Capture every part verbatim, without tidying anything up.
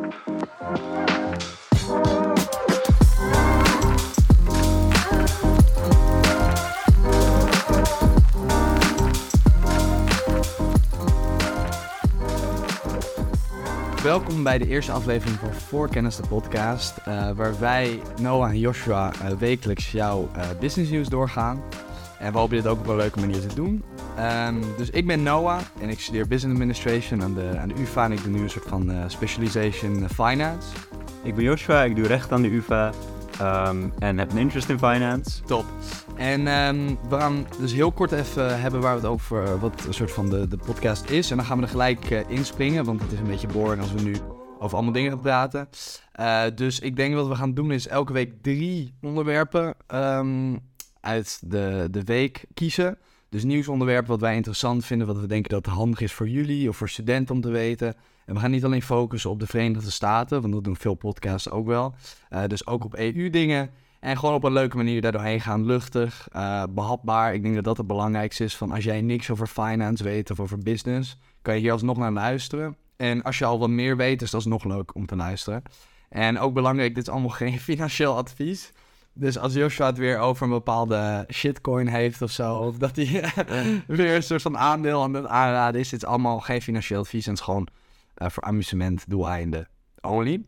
Welkom bij de eerste aflevering van Voorkennis, de podcast, uh, waar wij, Noah en Joshua, uh, wekelijks jouw uh, business news doorgaan. En we hopen dit ook op een leuke manier te doen. Um, dus ik ben Noah en ik studeer Business Administration aan de, aan de U vA en ik doe nu een soort van uh, specialization finance. Ik ben Joshua, ik doe recht aan de U vA um, en heb een interest in finance. Top. En um, we gaan dus heel kort even hebben waar we het over, uh, wat een soort van de, de podcast is. En dan gaan we er gelijk uh, inspringen, want het is een beetje boring als we nu over allemaal dingen gaan praten. Uh, dus ik denk wat we gaan doen is elke week drie onderwerpen um, uit de, de week kiezen. Dus nieuwsonderwerpen wat wij interessant vinden, wat we denken dat handig is voor jullie of voor studenten om te weten. En we gaan niet alleen focussen op de Verenigde Staten, want dat doen veel podcasts ook wel. Uh, dus ook op E U-dingen. En gewoon op een leuke manier daardoorheen gaan, luchtig, uh, behapbaar. Ik denk dat dat het belangrijkste is van als jij niks over finance weet of over business, kan je hier alsnog naar luisteren. En als je al wat meer weet, is dat alsnog leuk om te luisteren. En ook belangrijk, dit is allemaal geen financieel advies. Dus als Joshua het weer over een bepaalde shitcoin heeft of zo, of dat hij weer een soort van aandeel aan het aanraden is, dit is allemaal geen financieel advies en het is gewoon uh, voor amusement, doeleinden only.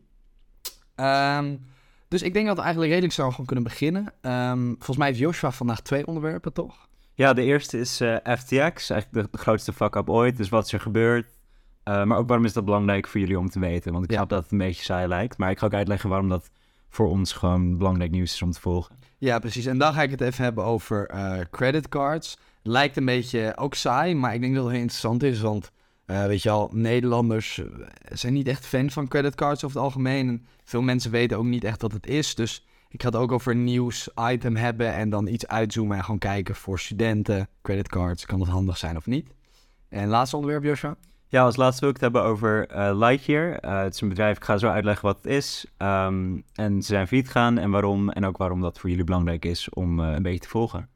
Um, dus ik denk dat we eigenlijk redelijk snel gewoon kunnen beginnen. Um, volgens mij heeft Joshua vandaag twee onderwerpen, toch? Ja, de eerste is uh, F T X, eigenlijk de, de grootste fuck-up ooit. Dus wat is er gebeurd? Uh, maar ook waarom is dat belangrijk voor jullie om te weten? Want ik Ja. snap dat het een beetje saai lijkt. Maar ik ga ook uitleggen waarom dat voor ons gewoon belangrijk nieuws is om te volgen. Ja, precies. En dan ga ik het even hebben over uh, creditcards. Lijkt een beetje ook saai, maar ik denk dat het heel interessant is. Want uh, weet je al, Nederlanders zijn niet echt fan van creditcards over het algemeen. En veel mensen weten ook niet echt wat het is. Dus ik ga het ook over een nieuws item hebben en dan iets uitzoomen en gewoon kijken voor studenten. Creditcards, kan dat handig zijn of niet? En laatste onderwerp, Joshua? Ja, als laatste wil ik het hebben over uh, Lightyear. Uh, het is een bedrijf, ik ga zo uitleggen wat het is. Um, en ze zijn failliet gegaan en waarom. En ook waarom dat voor jullie belangrijk is om uh, een beetje te volgen.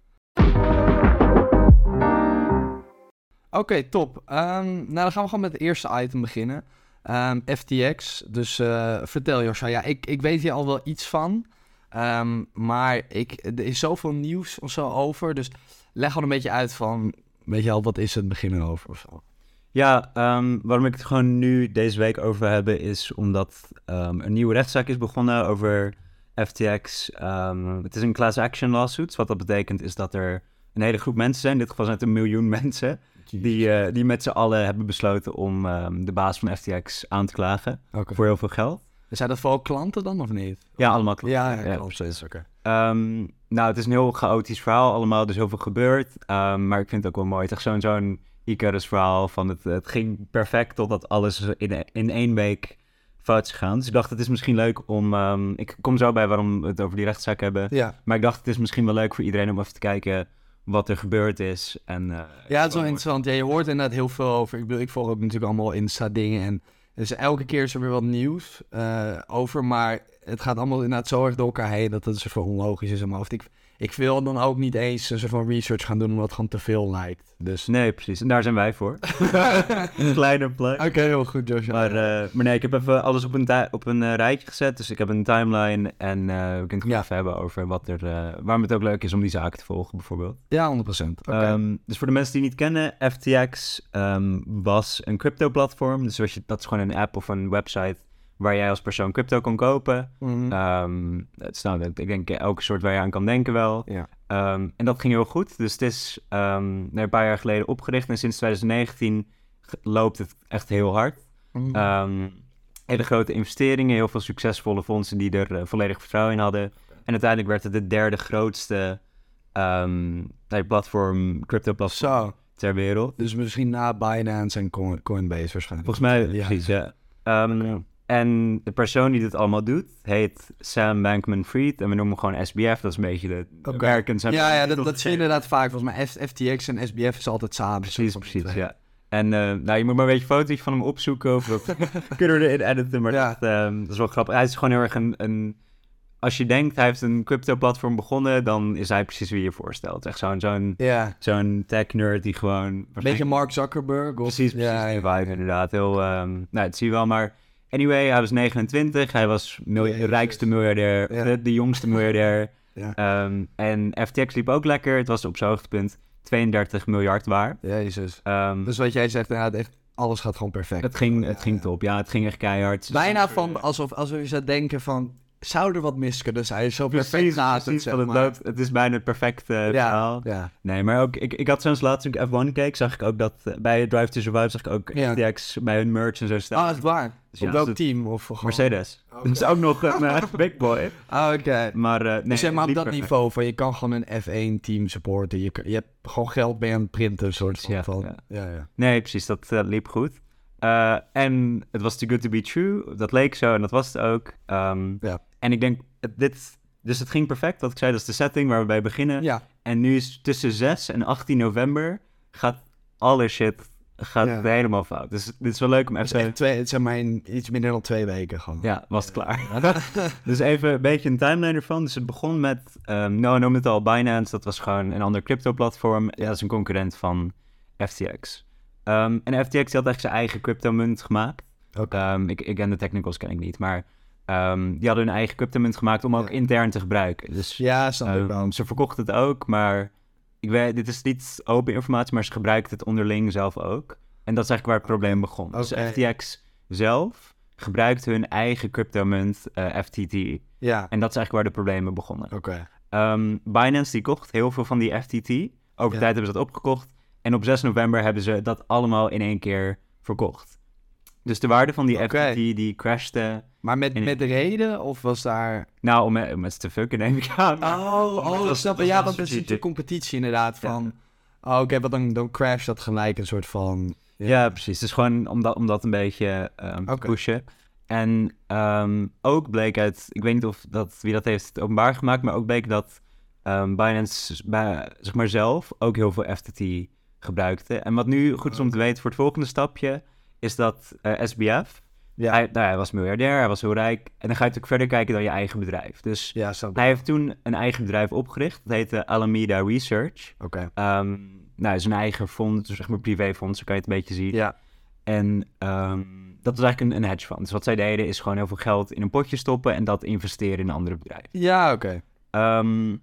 Oké, okay, top. Um, nou, dan gaan we gewoon met het eerste item beginnen. Um, F T X. Dus uh, vertel Joshua. Ja, ik, ik weet hier al wel iets van. Um, maar ik, er is zoveel nieuws of zo over. Dus leg gewoon een beetje uit van, weet je al, wat is het beginnen over of zo? Ja, um, waarom ik het gewoon nu deze week over hebben is omdat um, een nieuwe rechtszaak is begonnen over F T X. Um, het is een class action lawsuit. Wat dat betekent is dat er een hele groep mensen zijn, in dit geval zijn het een miljoen mensen, die, uh, die met z'n allen hebben besloten om um, de baas van F T X aan te klagen Okay. voor heel veel geld. Zijn dat vooral klanten dan of niet? Ja, allemaal klanten. Ja, ja, ja. klanten. Is oké. Okay. Um, nou, het is een heel chaotisch verhaal allemaal, er is heel veel gebeurd. Um, maar ik vind het ook wel mooi. Het is echt zo'n, zo'n Icarus verhaal van het, het ging perfect totdat alles in, in één week fout is gegaan. Dus ik dacht, het is misschien leuk om... Um, ik kom zo bij waarom we het over die rechtszaak hebben. Ja. Maar ik dacht, het is misschien wel leuk voor iedereen om even te kijken wat er gebeurd is. En, uh, Ja, het is wel interessant. Ja, je hoort inderdaad heel veel over. Ik bedoel, ik volg ook natuurlijk allemaal Insta-dingen. En dus elke keer is er weer wat nieuws uh, over. Maar het gaat allemaal inderdaad zo erg door elkaar heen dat het een soort van onlogisch is in mijn hoofd. Ik, ik wil dan ook niet eens een soort van research gaan doen omdat het gewoon te veel lijkt. Dus... Nee, precies. En daar zijn wij voor. Een kleine plek. Oké, okay, heel goed, Joshua. Maar, uh, maar nee, ik heb even alles op een, ti- op een uh, rijtje gezet. Dus ik heb een timeline en uh, we kunnen het Ja. even hebben over wat er, uh, waarom het ook leuk is om die zaak te volgen, bijvoorbeeld. Ja, honderd procent. Okay. Um, dus voor de mensen die het niet kennen, F T X um, was een crypto-platform. Dus je, dat is gewoon een app of een website waar jij als persoon crypto kon kopen. Mm-hmm. Um, het is, nou, ik denk elke soort waar je aan kan denken wel. Ja. Um, en dat ging heel goed. Dus het is um, een paar jaar geleden opgericht. En sinds twintig negentien loopt het echt heel hard. Mm-hmm. Um, hele grote investeringen, heel veel succesvolle fondsen die er uh, volledig vertrouwen in hadden. En uiteindelijk werd het de derde grootste um, nee, platform, crypto-platform Zo. ter wereld. Dus misschien na Binance en Coin- Coinbase waarschijnlijk. Volgens mij, Ja. precies, ja. Um, en de persoon die dit allemaal doet, heet Sam Bankman-Fried. En we noemen hem gewoon S B F, dat is een beetje de Oké. Americans. Ja, ja, dat, dat zie je inderdaad vaak. Volgens mij F- F T X en S B F is altijd samen. Precies, precies, ja. En uh, nou, je moet maar een beetje foto's van hem opzoeken. Of we kunnen we erin editen, maar Ja. dat, um, dat is wel grappig. Hij is gewoon heel erg een, een... Als je denkt, hij heeft een crypto-platform begonnen, dan is hij precies wie je voorstelt. Het is echt zo'n, zo'n, Ja, zo'n tech-nerd die gewoon... een beetje Mark Zuckerberg. Of... Precies, precies. Ja, die ja. vibe inderdaad. Heel, um, nou, dat zie je wel, maar Anyway, hij was negenentwintig. Hij was milja- de rijkste miljardair, Ja. de, de jongste miljardair. Ja. Um, en F T X liep ook lekker. Het was op zijn hoogtepunt tweeëndertig miljard waard. Jezus. Um, Dus wat jij zegt, inderdaad, echt, alles gaat gewoon perfect. het ging, Ja, het ging ja. top. Ja, het ging echt keihard. Bijna van alsof, alsof je zou denken van, zou er wat mis kunnen zijn? Zo perfect Precies, naast het, precies, zeg want het, maar. loopt, het is bijna het perfecte Ja, verhaal. ja. Nee, maar ook, ik, ik had zo'n laatst toen ik F één keek, zag ik ook dat uh, bij Drive to Survive zag ik ook Ja. F T X bij hun merch en zo staan. Ah, is het waar? Dus Op ja, welk dus team? Of gewoon... Mercedes. Oké. Dat is ook nog een uh, big boy. Ah, oké. Maar, uh, nee, Dus zeg maar op liep dat perfect. niveau van, je kan gewoon een F één team supporten. Je, kan- je hebt gewoon geld bij aan het printen, soort van. Ja, van- ja. ja, ja. Nee, precies, dat uh, liep goed. Uh, en het was too good to be true. Dat leek zo en dat was het ook. Um, Ja. En ik denk, het- dit, dus het ging perfect. Wat ik zei, dat is de setting waar we bij beginnen. Ja, En nu is tussen zes en achttien november gaat alle shit gaat Ja. helemaal fout. Dus dit is wel leuk om het is even... echt twee, het zijn maar in iets minder dan twee weken gewoon. Ja, was het klaar. Dus even een beetje een timeline ervan. Dus het begon met, um, nou, we noemden het al, Binance. Dat was gewoon een ander crypto-platform. Ja, dat is een concurrent van F T X. Um, en F T X die had echt zijn eigen crypto-munt gemaakt. Oké. Um, ik, ik ken de technicals, ken ik niet. Maar um, die hadden hun eigen crypto-munt gemaakt om ook Ja. intern te gebruiken. Dus Ja, snap ik wel. um, ze verkochten het ook, maar ik weet, dit is niet open informatie, maar ze gebruikten het onderling zelf ook. En dat is eigenlijk waar het probleem begon. Oké. Dus F T X zelf gebruikte hun eigen crypto-munt, uh, F T T. Ja, En dat is eigenlijk waar de problemen begonnen. oké. Um, Binance die kocht heel veel van die F T T. Over Ja. tijd hebben ze dat opgekocht. En op zes november hebben ze dat allemaal in één keer verkocht. Dus de waarde van die Oké. F T T die crashte. Maar met, En- met de reden, of was daar... Nou, om, om met ze te fucken neem ik aan. Oh, oh, Dat ik is- snap dat het. is Ja, want het is strategic. de competitie inderdaad Ja. van... Oh, oké, want dan, dan crash dat gelijk een soort van... Ja, precies. Dus gewoon om dat, om dat een beetje um, te Oké. pushen. En um, ook bleek uit, ik weet niet of dat, wie dat heeft openbaar gemaakt, maar ook bleek dat um, Binance bij, zeg maar zelf ook heel veel F T T gebruikte. En wat nu goed is om te weten voor het volgende stapje, is dat uh, S B F, Ja, hij, nou, hij was miljardair, hij was heel rijk. En dan ga je natuurlijk verder kijken dan je eigen bedrijf. Dus ja, snap ik. hij heeft toen een eigen bedrijf opgericht, dat heette Alameda Research. Oké. Um, nou, zijn eigen fonds, dus zeg maar privéfonds, zo kan je het een beetje zien. Ja, En um, dat was eigenlijk een, een hedge fund. Dus wat zij deden is gewoon heel veel geld in een potje stoppen en dat investeren in een andere bedrijf. ja, oké. Um,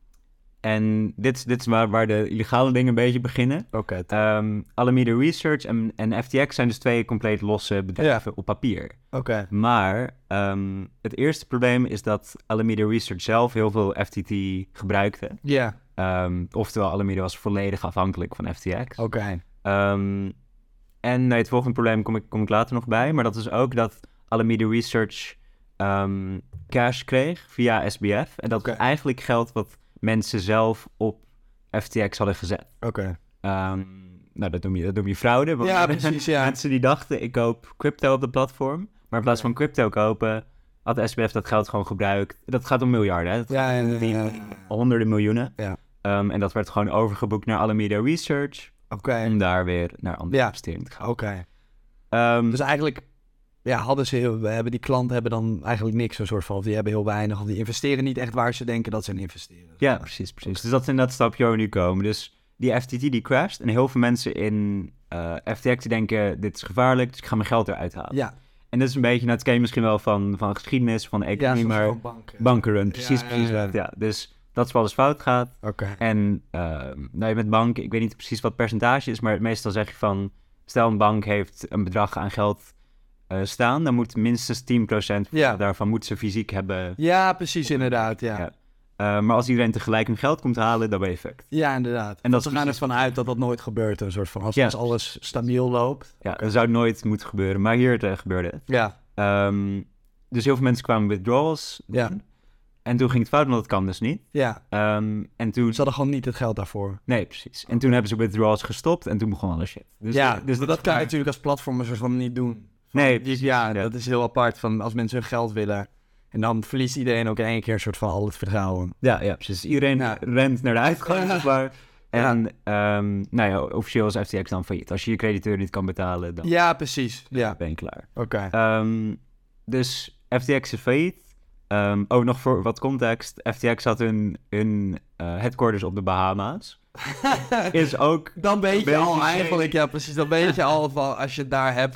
en dit, is- dit is waar, waar de illegale dingen een beetje beginnen. Oké. Um, Alameda Research en, en F T X zijn dus twee compleet losse bedrijven op papier. Oké. Maar um, het eerste probleem is dat Alameda Research zelf heel veel F T T gebruikte. Ja, Um, oftewel, Alameda was volledig afhankelijk van F T X. oké. Um, en nee, het volgende probleem kom ik, kom ik later nog bij. Maar dat is ook dat Alameda Research um, cash kreeg via S B F. En dat Oké. was eigenlijk geld wat mensen zelf op F T X hadden gezet. Oké. Um, nou, dat noem je, dat noem je fraude. Want Ja, precies, ja. mensen die dachten, ik koop crypto op de platform. Maar in plaats van crypto kopen, had de S B F dat geld gewoon gebruikt. Dat gaat om miljarden, hè? Dat Ja, ja, ja, ja. honderden miljoenen. Ja. Um, en dat werd gewoon overgeboekt naar Alameda Research. Oké. Om daar weer naar andere Ja. investeringen te gaan. Oké. Um, Dus eigenlijk, ja, hadden ze heel, we hebben die klanten hebben dan eigenlijk niks, een soort van, of die hebben heel weinig, of die investeren niet echt waar ze denken dat ze in investeren. ja, precies, precies. Dus dat is in dat stapje waar we nu komen. Dus die F T T die crasht en heel veel mensen in uh, F T X die denken, dit is gevaarlijk, dus ik ga mijn geld eruit halen. Ja, En dat is een beetje, nou, dat ken je misschien wel van, van geschiedenis, van de ja, economie, soms maar gewoon banken. bankenrun, precies, Ja, precies. ja, ja. wat, Ja, dus dat is wat eens fout gaat. Oké. En uh, nou, je met banken, ik weet niet precies wat het percentage is, maar meestal zeg je van, stel een bank heeft een bedrag aan geld uh, staan, dan moet minstens tien procent Ja. daarvan moet ze fysiek hebben. Ja, precies, inderdaad, ja. Ja. Uh, maar als iedereen tegelijk hun geld komt halen, dan ben je fucked. Ja, inderdaad. En dat we is gaan precies- ervan uit dat dat nooit gebeurt, een soort van, als, Ja. als alles stabiel loopt. Ja, dat zou nooit moeten gebeuren, maar hier uh, gebeurde het. Ja, Um, dus heel veel mensen kwamen withdrawals Ja. doen. En toen ging het fout, want dat kan dus niet. ja. Um, en toen... Ze hadden gewoon niet het geld daarvoor. Nee, precies. En toen hebben ze withdrawals gestopt en toen begon alle shit. Dus, ja, dus dat, dat kan je natuurlijk als platform een soort van niet doen. Nee, Dus ja, ja. dat is heel apart, van als mensen hun geld willen. En dan verliest iedereen ook in één keer een soort van al het vertrouwen. Ja, ja, precies. Iedereen Ja. rent naar de uitgang, Ja. zeg maar. En um, nou ja, officieel is F T X dan failliet. Als je je crediteur niet kan betalen, dan Ja, precies. Ja, ben je klaar. oké. Um, dus F T X is failliet. Um, oh, nog voor wat context. F T X had hun, hun uh, headquarters op de Bahama's. Is ook... Dan weet je Beetje al shady. eigenlijk, ja precies, dan weet je al van als je het daar hebt, dat,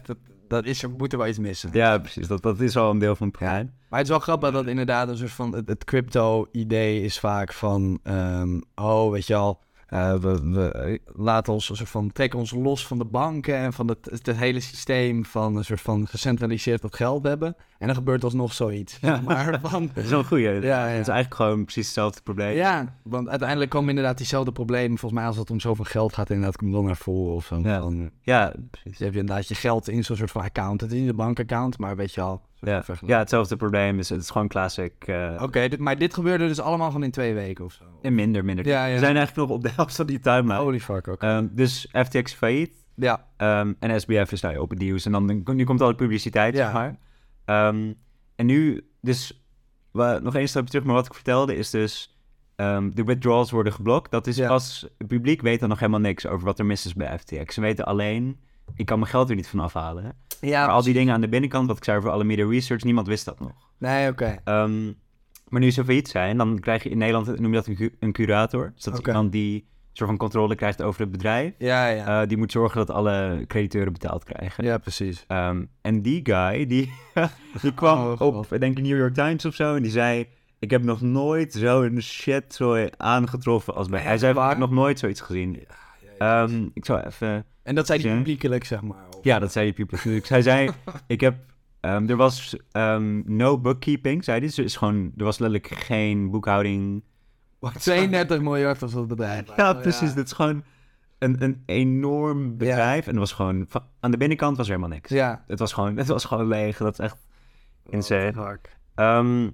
dat is, er moet er wel iets missen. Ja, precies. Dat, dat is al een deel van het probleem. Ja. Maar het is wel grappig dat inderdaad een soort van... Het, het crypto-idee is vaak van... Um, oh, weet je al... Uh, we, we laten ons een soort van... trekken ons los van de banken... en van het, het hele systeem van een soort van... gecentraliseerd wat geld hebben. En dan gebeurt alsnog zoiets. Ja. Maar van... Dat is wel een goeie. Ja, ja. Het is eigenlijk gewoon precies hetzelfde probleem. Ja, want uiteindelijk komen inderdaad diezelfde problemen. Volgens mij als het om zoveel geld gaat... inderdaad komt dan naar voren of zo. Ja, Van, ja precies. je hebt inderdaad je geld in zo'n soort van account. Het is niet een bankaccount, maar weet je al... Ja. ja, hetzelfde probleem is, het is gewoon classic. Uh... Oké, okay, maar dit gebeurde dus allemaal gewoon in twee weken of zo? En minder, minder. Ja, ja. We zijn eigenlijk nog op de helft van die timeline. Holy fuck, oké. Okay. Um, dus F T X failliet. Ja. Um, en S B F is nou op het nieuws. En dan nu komt al de publiciteit, ja. zeg maar. Um, en nu, dus we, nog één stapje terug, maar wat ik vertelde is dus... Um, de withdrawals worden geblokt. Dat is ja. Pas, het publiek weet dan nog helemaal niks over wat er mis is bij F T X. Ze weten alleen, ik kan mijn geld er niet van afhalen. Ja, maar al die dingen aan de binnenkant, wat ik zei over alle media research, niemand wist dat nog. Nee, oké. Okay. Um, maar nu ze failliet zijn, dan krijg je in Nederland, noem je dat een, cu- een curator. Dus dat is okay. iemand die een soort van controle krijgt over het bedrijf. Ja, ja. Uh, die moet zorgen dat alle crediteuren betaald krijgen. Ja, precies. Um, en die guy, die, die kwam oh, op, ik denk de New York Times of zo, en die zei... Ik heb nog nooit zo'n shit zo aangetroffen als bij... Hij zei, ik heb nog nooit zoiets gezien. Ja, ja, ja. Um, ik zou even... En dat zei hij publiekelijk, zeg maar? Of... Ja, dat zei hij publiekelijk. Hij zei, ik heb... Um, er was um, no bookkeeping, zei hij. Dus er, is gewoon, er was letterlijk geen boekhouding. tweeëndertig miljard was dat bedrijf. Ja, precies. Ja. Dat is gewoon een, een enorm bedrijf. Ja. En het was gewoon... Van, aan de binnenkant was er helemaal niks. Ja. Het was gewoon, het was gewoon leeg. Dat is echt oh, insane. Um,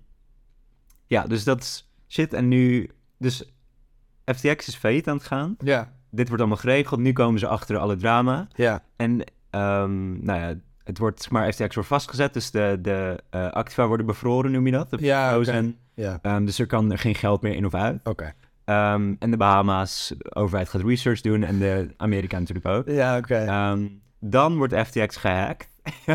ja, dus dat is shit. En nu... Dus F T X is failliet aan het gaan. Ja. Dit wordt allemaal geregeld. Nu komen ze achter alle drama. Ja. En um, nou ja... Het wordt, maar F T X wordt vastgezet, dus de, de uh, activa worden bevroren, noem je dat? De ja, okay. ja. Um, dus er kan er geen geld meer in of uit. Oké. Okay. Um, en de Bahama's, de overheid gaat research doen en de Amerika natuurlijk ook. Ja, oké. Okay. Um, dan wordt F T X gehackt.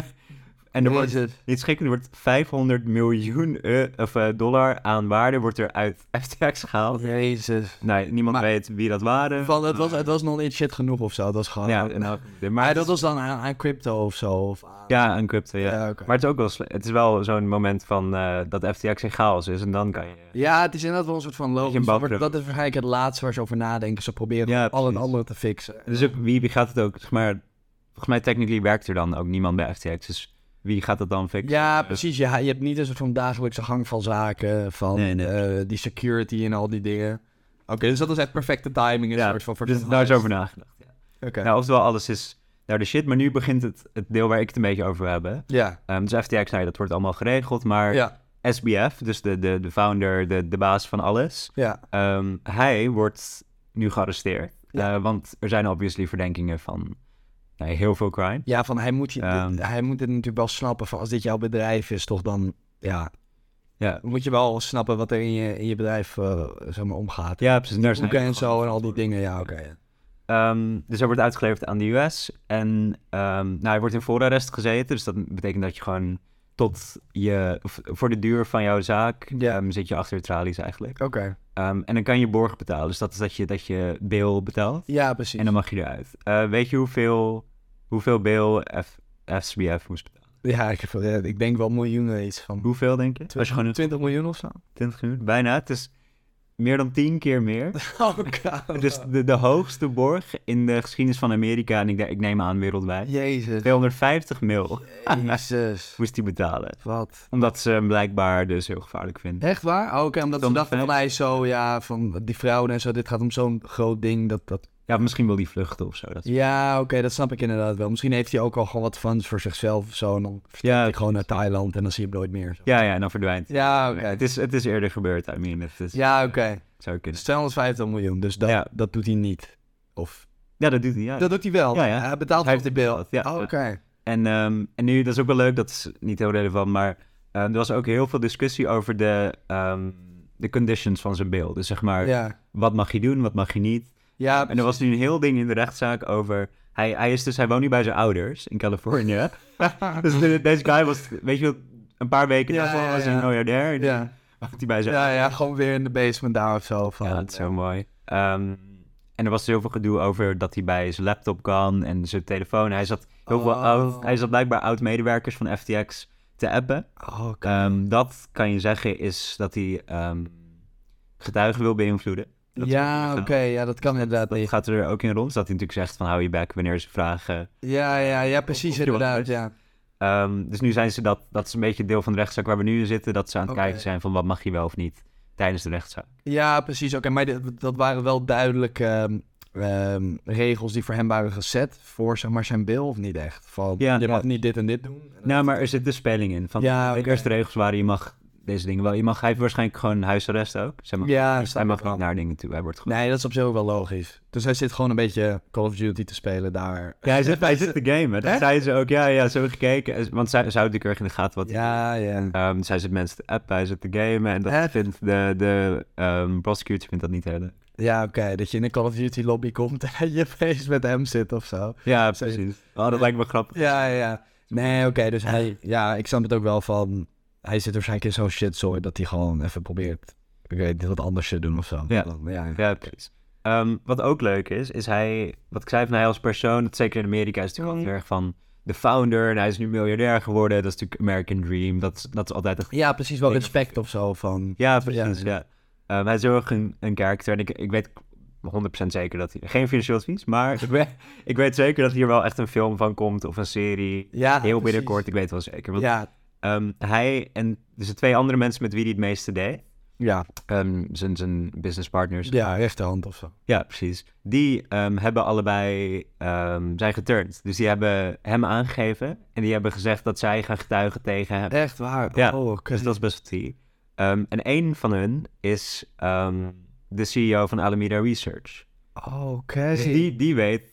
En er wordt, niet schrikken, er wordt vijfhonderd miljoen uh, of, uh, dollar aan waarde wordt er uit F T X gehaald. Jezus. Nee, niemand maar, weet wie dat waren. Van, het, was, het was nog niet shit genoeg of zo. Dat was gewoon... Ja, nou, maar, maar dat was dan aan, aan crypto of zo? Of aan... Ja, aan crypto, ja. ja okay. Maar het is ook wel, sle- het is wel zo'n moment van uh, dat F T X in chaos is en dan kan je... Ja, het is inderdaad wel een soort van logisch. Dat is waarschijnlijk het laatste waar ze over nadenken. Ze proberen ja, al en ander te fixen. Dus ook, wie, wie gaat het ook... Zeg maar, volgens mij technically werkt er dan ook niemand bij F T X, dus... Wie gaat dat dan fixen? Ja, precies. Ja, je hebt niet een soort van dagelijkse gang van zaken, van nee, nee. Uh, die security en al die dingen. Oké, okay, dus dat is echt perfecte timing. Ja, soort van voor dus daar is over nagedacht. Ja. Oké. Okay. Nou, oftewel, alles is nou de shit, maar nu begint het, het deel waar ik het een beetje over wil hebben. Ja. Um, dus F T X, nou, dat wordt allemaal geregeld, maar ja. S B F, dus de, de, de founder, de, de baas van alles, ja. um, hij wordt nu gearresteerd. Ja. Uh, want er zijn obviously verdenkingen van... Nee, heel veel crime. Ja, van hij moet, je, um, dit, hij moet het natuurlijk wel snappen van als dit jouw bedrijf is, toch dan, ja, ja. moet je wel snappen wat er in je, in je bedrijf, uh, zeg maar, omgaat. Ja, precies. Boeken en zo en al die dingen, ja, oké. Okay, ja. um, dus hij wordt uitgeleverd aan de U S en um, nou, hij wordt in voorarrest gezeten, dus dat betekent dat je gewoon tot je, voor de duur van jouw zaak, ja. um, zit je achter de tralies eigenlijk. Oké. Okay. Um, en dan kan je borg betalen, dus dat is dat je, dat je bail betaalt. Ja, precies. En dan mag je eruit. Uh, weet je hoeveel... Hoeveel bail F- S B F moest betalen? Ja, ik, ik denk wel miljoenen iets van. Hoeveel denk je? twintig, gewoon twintig miljoen of zo? twintig miljoen? Bijna. Het is meer dan tien keer meer. Oh god. Dus de, de hoogste borg in de geschiedenis van Amerika, en ik, ik neem aan wereldwijd. Jezus. tweehonderdvijftig mil. Jezus. Moest hij betalen. Wat? Omdat ze hem blijkbaar dus heel gevaarlijk vinden. Echt waar? Oh, oké, okay, omdat ze dachten van hij zo, ja, van die vrouwen en zo, dit gaat om zo'n groot ding, dat... dat... Ja, misschien wil hij vluchten of zo. Dat ja, oké, okay, dat snap ik inderdaad wel. Misschien heeft hij ook al gewoon wat funds voor zichzelf of zo. En dan ja, ik gewoon naar Thailand en dan zie je hem nooit meer. Zo. Ja, ja, en dan verdwijnt hij. Ja, oké. Okay. Het is, het is eerder gebeurd, I mean. Het is, ja, oké. Okay. Zou kunnen. Dus tweehonderdvijftig miljoen, dus dat, ja. dat doet hij niet. Of... Ja, dat doet hij, ja. Dat doet hij wel? Ja, ja. Hij betaalt hij heeft de beeld. Ja. Oh, oké. Okay. En, um, en nu, dat is ook wel leuk, dat is niet heel relevant, maar uh, er was ook heel veel discussie over de, um, de conditions van zijn bail. Dus zeg maar, ja. wat mag je doen, wat mag je niet? Ja, en er was nu een heel ding in de rechtszaak over... Hij, hij, is dus, hij woont nu bij zijn ouders in Californië. Dus de, deze guy was, weet je wel, een paar weken ja, daarvoor ja, was hij een miljardair. Ja. Hij bij zijn ja, ja, gewoon weer in de basement daar of zo. Van, ja, dat is zo mooi. Um, En er was heel veel gedoe over dat hij bij zijn laptop kan en zijn telefoon. Hij zat, heel Oh. veel oud, hij zat blijkbaar oud-medewerkers van F T X te appen. Oh, okay. Um, dat kan je zeggen is dat hij um, getuigen wil beïnvloeden. Dat ja, oké. Okay, ja, dat kan inderdaad dat niet. gaat er ook in rond. Dat hij natuurlijk zegt van hou je back wanneer ze vragen. Ja, ja, ja, precies of, of inderdaad, ja. Um, dus nu zijn ze dat, dat is een beetje deel van de rechtszaak waar we nu in zitten, dat ze aan het okay. kijken zijn van wat mag je wel of niet tijdens de rechtszaak. Ja, precies. Oké, okay, maar de, dat waren wel duidelijk um, um, regels die voor hem waren gezet voor zeg maar zijn bil of niet echt? Van ja, je ja. mag niet dit en dit doen. En nou, maar er zit de speling in. Van ja, de okay. eerste regels waren je mag deze dingen wel. Je mag, hij heeft waarschijnlijk gewoon huisarrest ook. Zeg maar, ja, hij mag niet naar dingen toe. Hij wordt gewoon... Nee, dat is op zich ook wel logisch. Dus hij zit gewoon een beetje Call of Duty te spelen daar. Ja, hij zit, hij zit te gamen. Dat zeiden ze ook. Ja, ja, zo gekeken. Want zij zou natuurlijk erg in de gaten wat ja, ja. Um, zij zit mensen te appen, hij zit te gamen. En dat Echt? vindt de, de um, prosecutor vindt dat niet heel leuk. Ja, oké. Okay. Dat je in een Call of Duty lobby komt en je face met hem zit of zo. Ja, precies. Oh, dat lijkt me grappig. Ja, ja. Nee, oké. Okay, dus hij... Ja, ik snap het ook wel van... Hij zit waarschijnlijk in zo'n shitzooi dat hij gewoon even probeert... Ik weet niet, wat anders te doen of zo. Ja, ja, ja. ja precies. Um, wat ook leuk is, is hij... Wat ik zei van hij als persoon, dat zeker in Amerika is natuurlijk altijd erg van... De founder en hij is nu miljardair geworden. Dat is natuurlijk American Dream. Dat, dat is altijd... Een... Ja, precies. Wel respect of zo van... Ja, precies. Ja. Ja. Um, hij is heel erg een, een karakter. En ik, ik weet honderd procent zeker dat hij... Geen financieel advies, maar ik weet, ik weet zeker dat hier wel echt een film van komt. Of een serie. Ja, heel precies. binnenkort. Ik weet wel zeker. Want, ja. Um, hij en dus de twee andere mensen met wie hij het meeste deed. Ja. Um, zijn, zijn businesspartners. Ja, rechterhand of zo. Ja, precies. Die um, hebben allebei um, zijn geturned. Dus die hebben hem aangegeven. En die hebben gezegd dat zij gaan getuigen tegen hem. Echt waar? Ja, oh, okay. Dus dat is best wel tea. Um, en één van hun is um, de C E O van Alameda Research. Oh, oké. Okay. Dus die, die weet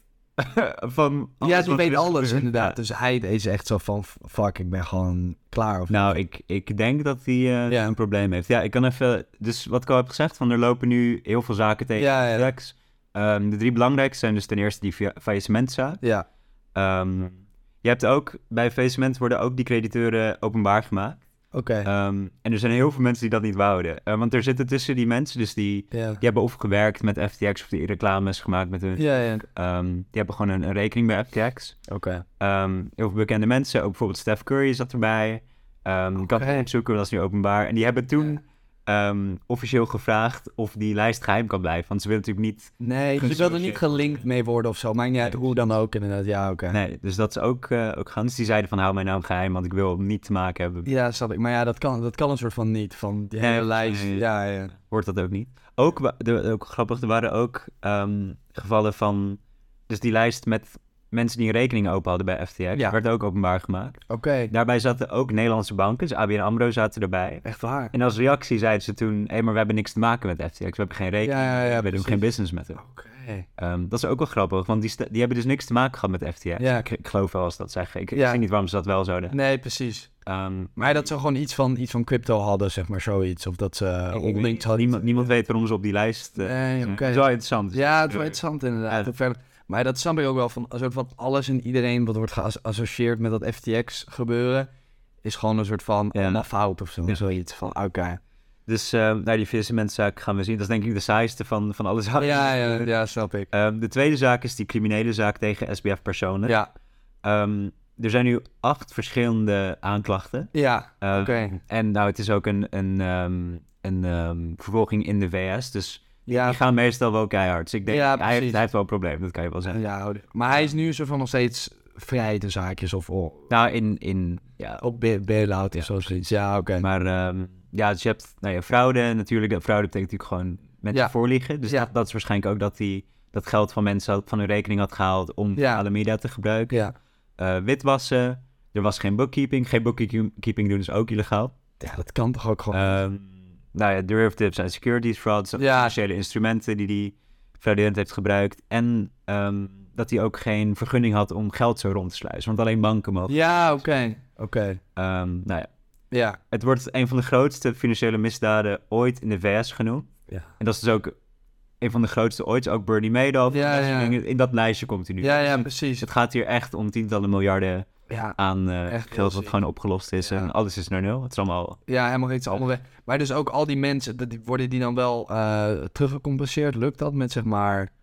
van... Ja, die weet alles gebeurt. inderdaad. Ja. Dus hij is echt zo van... Fuck, ik ben gewoon klaar. Of nou, ik, ik denk dat hij uh, ja. een probleem heeft. Ja, ik kan even... Dus wat ik al heb gezegd, van er lopen nu heel veel zaken tegen ja, ja. Rex. Um, de drie belangrijkste zijn dus ten eerste die fa- faillissementzaak. Ja. Um, je hebt ook... Bij faillissement worden ook die crediteuren openbaar gemaakt. Oké. Okay. Um, en er zijn heel veel mensen die dat niet wouden. Uh, want er zitten tussen die mensen, dus die, yeah. die hebben of gewerkt met F T X of die reclames gemaakt met hun. Ja, yeah, ja. Yeah. Um, die hebben gewoon een, een rekening bij F T X. Oké. Okay. Um, heel veel bekende mensen, ook bijvoorbeeld Steph Curry zat erbij. Um, okay. Ik kan het opzoeken, dat is nu openbaar. En die hebben toen um, officieel gevraagd of die lijst geheim kan blijven. Want ze willen natuurlijk niet... Nee, ze wilden niet gelinkt mee worden of zo. Maar niet uit hoe dan ook inderdaad. Ja, oké. Okay. Nee, dus dat is ook, uh, ook gaan. Dus die zeiden van hou mijn naam geheim, want ik wil niet te maken hebben. Ja, snap ik. Maar ja, dat kan, dat kan een soort van niet. Van die hele nee, lijst. Nee, ja, ja. Hoort dat ook niet. Ook, de, ook grappig, er waren ook um, gevallen van... Dus die lijst met mensen die een rekening open hadden bij F T X... Ja. werd ook openbaar gemaakt. Oké. Okay. Daarbij zaten ook Nederlandse banken. Dus A B N AMRO zaten erbij. Echt waar? En als reactie zeiden ze toen... Hé, hey, maar we hebben niks te maken met F T X. We hebben geen rekening. Ja, ja, ja, we precies. doen geen business met hem. Oké. Okay. Um, dat is ook wel grappig. Want die, st- die hebben dus niks te maken gehad met F T X. Ja. Ik, ik geloof wel als dat zeggen. Ik, ja. ik zie niet waarom ze dat wel zouden. Nee, precies. Um, maar dat ze gewoon iets van, iets van crypto hadden, zeg maar, zoiets. Of dat ze uh, onlinks hadden. Niemand, niemand weet waarom ze op die lijst... Uh, nee, oké. Okay. Het is wel interessant. Dus ja, het is wel interessant inderdaad. Ja. Maar dat snap ik ook wel, van een soort van alles en iedereen wat wordt geassocieerd met dat F T X gebeuren, is gewoon een soort van ja. allemaal fout of zo. Ja. Zoiets van, oké. Okay. Dus uh, naar die faillissementzaak gaan we zien. Dat is denk ik de saaiste van, van alle zaken. Ja, ja, ja, snap ik. Um, de tweede zaak is die criminele zaak tegen S B F-personen. Ja. Um, er zijn nu acht verschillende aanklachten. Ja, um, oké. Okay. En nou, het is ook een, een, um, een um, vervolging in de V S, dus... Ja. Die gaan meestal wel keihard. Dus ik denk, ja, hij, heeft, hij heeft wel een probleem, dat kan je wel zeggen. Ja, maar hij is nu zo van nog steeds vrij de zaakjes of... Oh, nou, in... in ja, op bail-out of ja, zoiets. Ja, oké. Okay. Maar um, ja, dus je hebt nou ja, fraude natuurlijk. De fraude betekent natuurlijk gewoon mensen ja. voorliegen. Dus ja. dat, dat is waarschijnlijk ook dat hij dat geld van mensen had, van hun rekening had gehaald om ja. Alameda te gebruiken. Ja. Uh, witwassen. Er was geen bookkeeping. Geen bookkeeping doen is ook illegaal. Ja, dat kan toch ook gewoon... Um, Nou ja, derivatives en securities fraud, ja. financiële instrumenten die hij fraudulent heeft gebruikt. En um, dat hij ook geen vergunning had om geld zo rond te sluizen, want alleen banken mogen. Ja, oké. Okay. Oké. Okay. Um, nou ja. ja. Het wordt een van de grootste financiële misdaden ooit in de V S genoemd. Ja. En dat is dus ook een van de grootste ooit, ook Bernie Madoff. Ja, ja. In dat lijstje komt hij nu. Ja, ja, precies. Het gaat hier echt om tientallen miljarden... Ja, aan uh, geld wat gewoon opgelost is ja. en alles is naar nul. Het is allemaal... Ja, helemaal iets allemaal weg. Maar dus ook al die mensen, die, worden die dan wel uh, teruggecompenseerd? Lukt dat met zeg maar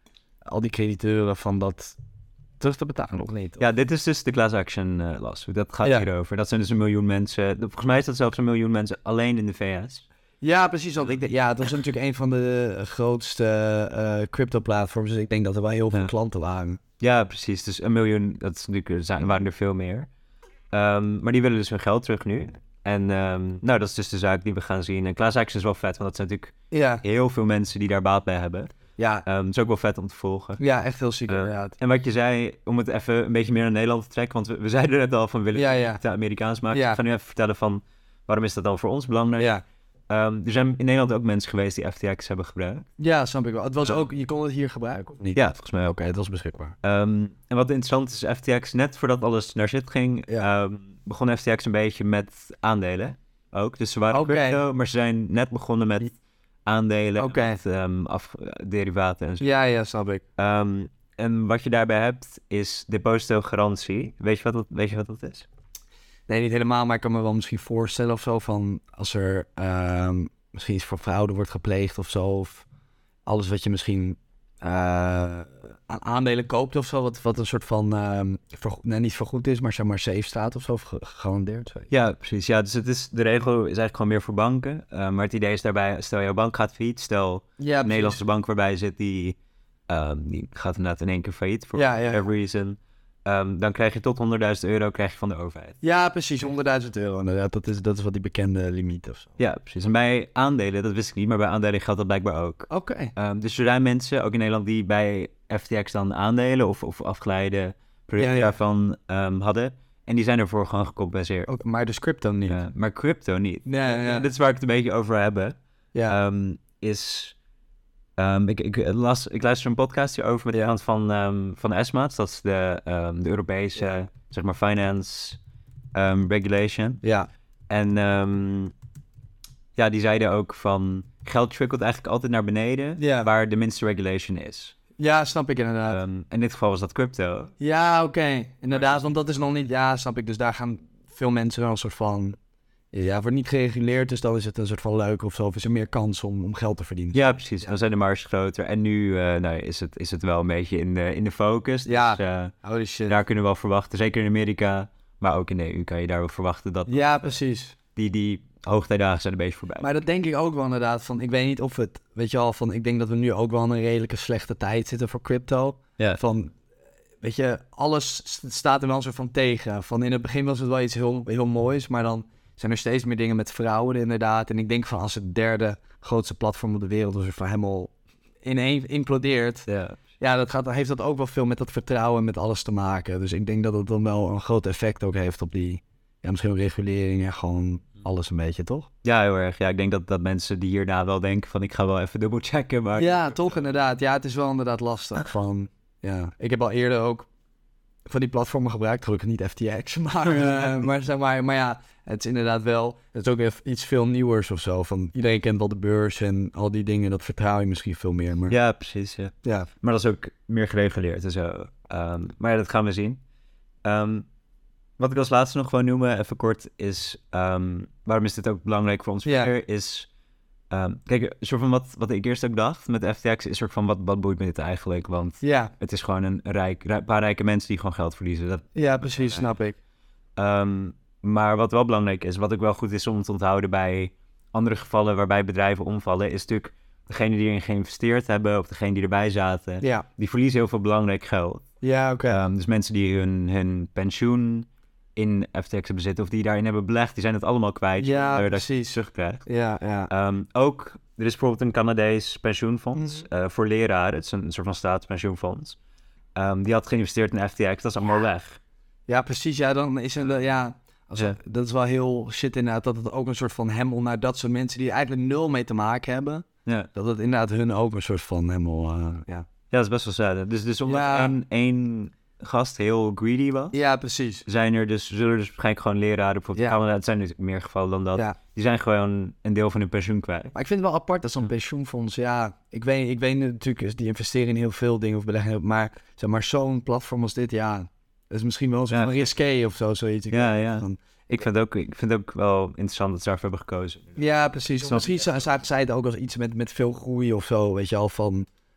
al die crediteuren van dat terug te betalen of niet? Ja, dit is dus de class action uh, lawsuit. Dat gaat Ja. hierover. Dat zijn dus een miljoen mensen. Volgens mij is dat zelfs een miljoen mensen alleen in de V S. Ja, precies. Want ik denk, ja, het was natuurlijk een van de grootste uh, crypto-platforms. Dus ik denk dat er wel heel veel Ja. klanten waren. Ja, precies. Dus een miljoen, dat is natuurlijk, er zijn, waren er veel meer. Um, maar die willen dus hun geld terug nu. En um, nou, dat is dus de zaak die we gaan zien. En class action is wel vet, want dat zijn natuurlijk Ja, heel veel mensen die daar baat bij hebben. ja, Um, het is ook wel vet om te volgen. ja echt heel ziek Uh, inderdaad. En wat je zei, om het even een beetje meer naar Nederland te trekken, want we, we zeiden net al van willen Ja, ja. het Amerikaans maken. Ja. Ik ga nu even vertellen van waarom is dat dan voor ons belangrijk. Ja. Um, er zijn in Nederland ook mensen geweest die F T X hebben gebruikt. ja, snap ik wel. Het was Ja. ook, je kon het hier gebruiken of niet? Ja, volgens mij ook. Oké, het was beschikbaar. Um, en wat interessant is, F T X, net voordat alles naar shit ging, Ja. um, begon F T X een beetje met aandelen ook. Dus ze waren Oké. crypto, maar ze zijn net begonnen met aandelen, Oké. met um, af, derivaten en zo. Ja, ja, snap ik. Um, en wat je daarbij hebt, is depositogarantie. Weet je wat dat, weet je wat dat is? Nee, niet helemaal, maar ik kan me wel misschien voorstellen of zo van als er um, misschien iets voor fraude wordt gepleegd of zo. Of alles wat je misschien uh, aan aandelen koopt of zo, wat, wat een soort van, um, vergo- nee, niet vergoed is, maar zeg maar safe staat of zo, of ge- gegarandeerd. Zo. Ja, precies. Ja, dus het is, de regel is eigenlijk gewoon meer voor banken. Uh, maar het idee is daarbij, stel jouw bank gaat failliet, stel Ja, de Nederlandse bank waarbij je zit, die, um, die gaat inderdaad in één keer failliet, voor Ja, ja. whatever reason. Um, dan krijg je tot honderdduizend euro krijg je van de overheid. Ja, precies, honderdduizend euro inderdaad. Dat is, dat is wat die bekende limiet of zo. Ja, precies. En bij aandelen, dat wist ik niet, maar bij aandelen geldt dat blijkbaar ook. Oké. Okay. Um, dus er zijn mensen, ook in Nederland, die bij F T X dan aandelen of, of afgeleide producten Ja, ja. daarvan um, hadden. En die zijn ervoor gewoon gecompenseerd. Okay, maar dus crypto niet. Ja, maar crypto niet. Ja, ja. Dit is waar ik het een beetje over heb. Ja. Um, is... Um, ik, ik, las, ik luister een podcast hierover met iemand van, um, van ESMA. Dat is de, um, de Europese, Ja. zeg maar, finance um, regulation. Ja. En um, ja, die zeiden ook van... Geld trickelt eigenlijk altijd naar beneden, Ja. waar de minste regulation is. Ja, snap ik inderdaad. Um, in dit geval was dat crypto. Ja, oké. Okay. Inderdaad, want dat is nog niet... Ja, snap ik. Dus daar gaan veel mensen wel een soort van... Ja, wordt niet gereguleerd, dus dan is het een soort van leuk of zo. Of is er meer kans om, om geld te verdienen. Ja, precies. Dan zijn de marges groter. En nu uh, nou, is, het, is het wel een beetje in de, in de focus. Ja. Dus, uh, Holy shit. daar kunnen we wel verwachten. Zeker in Amerika, maar ook in de E U kan je daar wel verwachten dat... Ja, precies. Die, die hoogtijdagen zijn een beetje voorbij. Maar dat denk ik ook wel inderdaad. Van, ik weet niet of het... Weet je al, van, ik denk dat we nu ook wel in een redelijke slechte tijd zitten voor crypto. Ja. Van... Weet je, alles staat er wel een soort van tegen. Van in het begin was het wel iets heel, heel moois, maar dan zijn er steeds meer dingen met fraude inderdaad. En ik denk van als het derde grootste platform op de wereld dus van helemaal ineen implodeert. Ja, ja dat gaat, heeft dat ook wel veel met dat vertrouwen met alles te maken. Dus ik denk dat het dan wel een groot effect ook heeft op die, ja misschien ook regulering en gewoon alles een beetje, toch? ja, heel erg. Ja, ik denk dat, dat mensen die hierna wel denken van ik ga wel even dubbel checken. Maar... Ja, toch inderdaad. Ja, het is wel inderdaad lastig van... Ja, ik heb al eerder ook van die platformen gebruikt, gelukkig niet F T X, maar, uh, maar, zeg maar, maar ja, het is inderdaad wel, het is ook even iets veel nieuwers of zo, van iedereen kent wel de beurs en al die dingen, dat vertrouw je misschien veel meer, maar... Ja, precies, ja. Ja. Maar dat is ook meer gereguleerd en zo. Um, maar ja, dat gaan we zien. Um, wat ik als laatste nog gewoon noemen, even kort, is, um, waarom is dit ook belangrijk voor ons Ja. verder, is... Um, kijk, een soort van wat, wat ik eerst ook dacht met F T X, is een soort van, wat, wat boeit me dit eigenlijk? Want Ja, het is gewoon een rijk, rijk, paar rijke mensen die gewoon geld verliezen. Dat, ja, precies, snap ik. um, maar wat wel belangrijk is, wat ook wel goed is om te onthouden bij andere gevallen waarbij bedrijven omvallen, is natuurlijk degene die erin geïnvesteerd hebben of degene die erbij zaten, Ja, die verliezen heel veel belangrijk geld. ja, oké. Okay. Um, dus mensen die hun, hun pensioen in F T X hebben zitten of die daarin hebben belegd, die zijn het allemaal kwijt. Ja, zonder dat je precies. het terugkrijgt. Ja, ja. Um, ook, er is bijvoorbeeld een Canadees pensioenfonds Mm. uh, voor leraren. Het is een, een soort van staatspensioenfonds. Um, die had geïnvesteerd in F T X, dat is allemaal weg. Ja, precies, ja, dan is er, ja... Als, Ja. Dat is wel heel shit inderdaad, dat het ook een soort van hemmel naar dat soort mensen die er eigenlijk nul mee te maken hebben, Ja. dat het inderdaad hun ook een soort van hemmel, uh, ja. Ja, dat is best wel sad. Dus, dus omdat Ja. één, één gast heel greedy was, Ja, precies. zijn er dus, zullen er dus waarschijnlijk gewoon leraren, bijvoorbeeld Ja. in Canada, het zijn natuurlijk meer gevallen dan dat, Ja. die zijn gewoon een deel van hun pensioen kwijt. Maar ik vind het wel apart dat zo'n pensioenfonds, ja, ik weet, ik weet natuurlijk, die investeren in heel veel dingen of beleggen, maar zeg maar zo'n platform als dit, ja, dat is misschien wel zo'n Ja. risqué of zo, zoiets. Ik Ja, weet niet ja. van- Ik vind, het ook, ik vind het ook wel interessant dat ze daarvoor hebben gekozen. Ja, precies. Snap Misschien ik. za- zagen zij het ook als iets met, met veel groei of zo, weet je al, van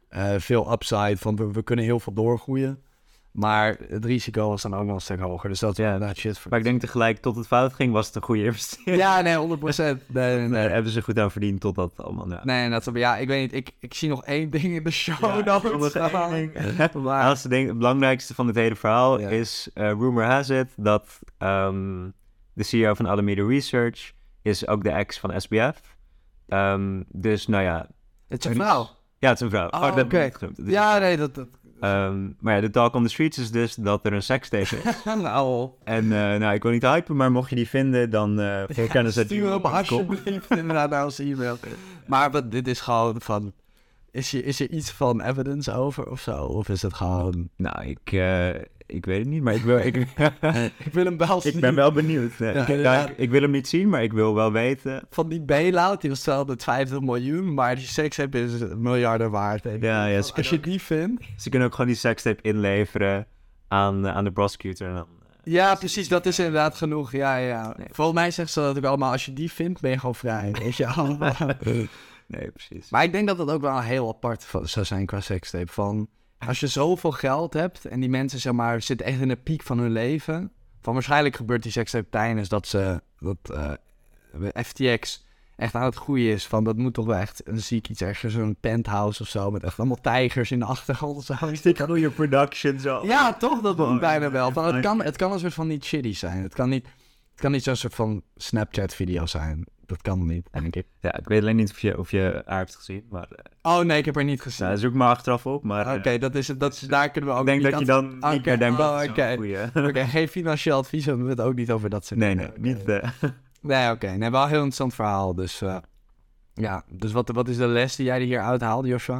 uh, veel upside, van we, we kunnen heel veel doorgroeien. Maar het risico was dan ook nog een stuk hoger. Dus dat is Ja, inderdaad shit. Voor maar ik denk tegelijk, tot het fout ging, was het een goede investering. ja, nee, honderd procent. Nee, nee, nee. Daar hebben ze goed aan verdiend totdat het allemaal... Ja. Nee, dat, ja, ik weet niet. Ik, ik zie nog één ding in de show. Ja, dat ik wil nog het één ding. maar... Laatste ding, het belangrijkste van het hele verhaal Ja. is... Uh, rumor has it dat um, de C E O van Alameda Research is ook de ex van S B F. Um, dus, nou ja... Het is een vrouw? Ja, het is een vrouw. Oh, oh, dat oké. okay. Ja, nee, dat... dat... Um, maar ja, de talk on the streets is dus dat er een sekstape is. nou... En uh, nou, ik wil niet hypen, maar mocht je die vinden, dan uh, voor kennis ja, stuur op alsjeblieft inderdaad naar onze e-mail. Maar wat, dit is gewoon van... Is er, is er iets van evidence over of zo? Of is het gewoon... Nou, ik, uh, ik weet het niet, maar ik wil... Ik, ik wil hem wel zien. Ik ben wel benieuwd. Nee, ja, ja. Ik, ik wil hem niet zien, maar ik wil wel weten... Van die bailout, die was tweehonderdvijftig miljoen, maar die sekstape is miljarden waard. Ja, ja, als je ook, die vindt... Ze kunnen ook gewoon die sekstape inleveren aan, aan de prosecutor. En dan, uh, ja, precies, dat is inderdaad genoeg. Ja, ja. Nee. Volgens mij zegt ze dat ook allemaal, als je die vindt, ben je gewoon vrij. Weet je allemaal. Nee, precies. Maar ik denk dat dat ook wel heel apart zou zijn qua sekstape. Van, als je zoveel geld hebt en die mensen, zeg maar, zitten echt in de piek van hun leven. Van waarschijnlijk gebeurt die sekstape tijdens dat ze, dat uh, F T X echt aan het groeien is. Van, dat moet toch wel echt een ziek iets, ergens zo'n penthouse of zo, met echt allemaal tijgers in de achtergrond of zo. Ik kan je production zo. Ja, toch? Dat moet bijna wel. Van, het, kan, het kan een soort van niet shitty zijn. Het kan niet, het kan niet zo'n soort van Snapchat-video zijn. Dat kan niet, denk ik. Ja, ik weet alleen niet of je, of je haar hebt gezien, maar... Uh... Oh nee, ik heb haar niet gezien. Nou, zoek maar achteraf op, maar... Oké, okay, uh, dat is het. Dat is, daar kunnen we ook... Ik denk dat je dan okay. niet meer denkt... Oh, oké, okay. okay, geen financieel advies, we hebben het ook niet over dat soort nee, dingen. Nee, niet... Uh... Nee, oké. Okay. Nee, wel een heel interessant verhaal, dus... Uh, ja, dus wat, wat is de les die jij er hier uithaalt, Joshua?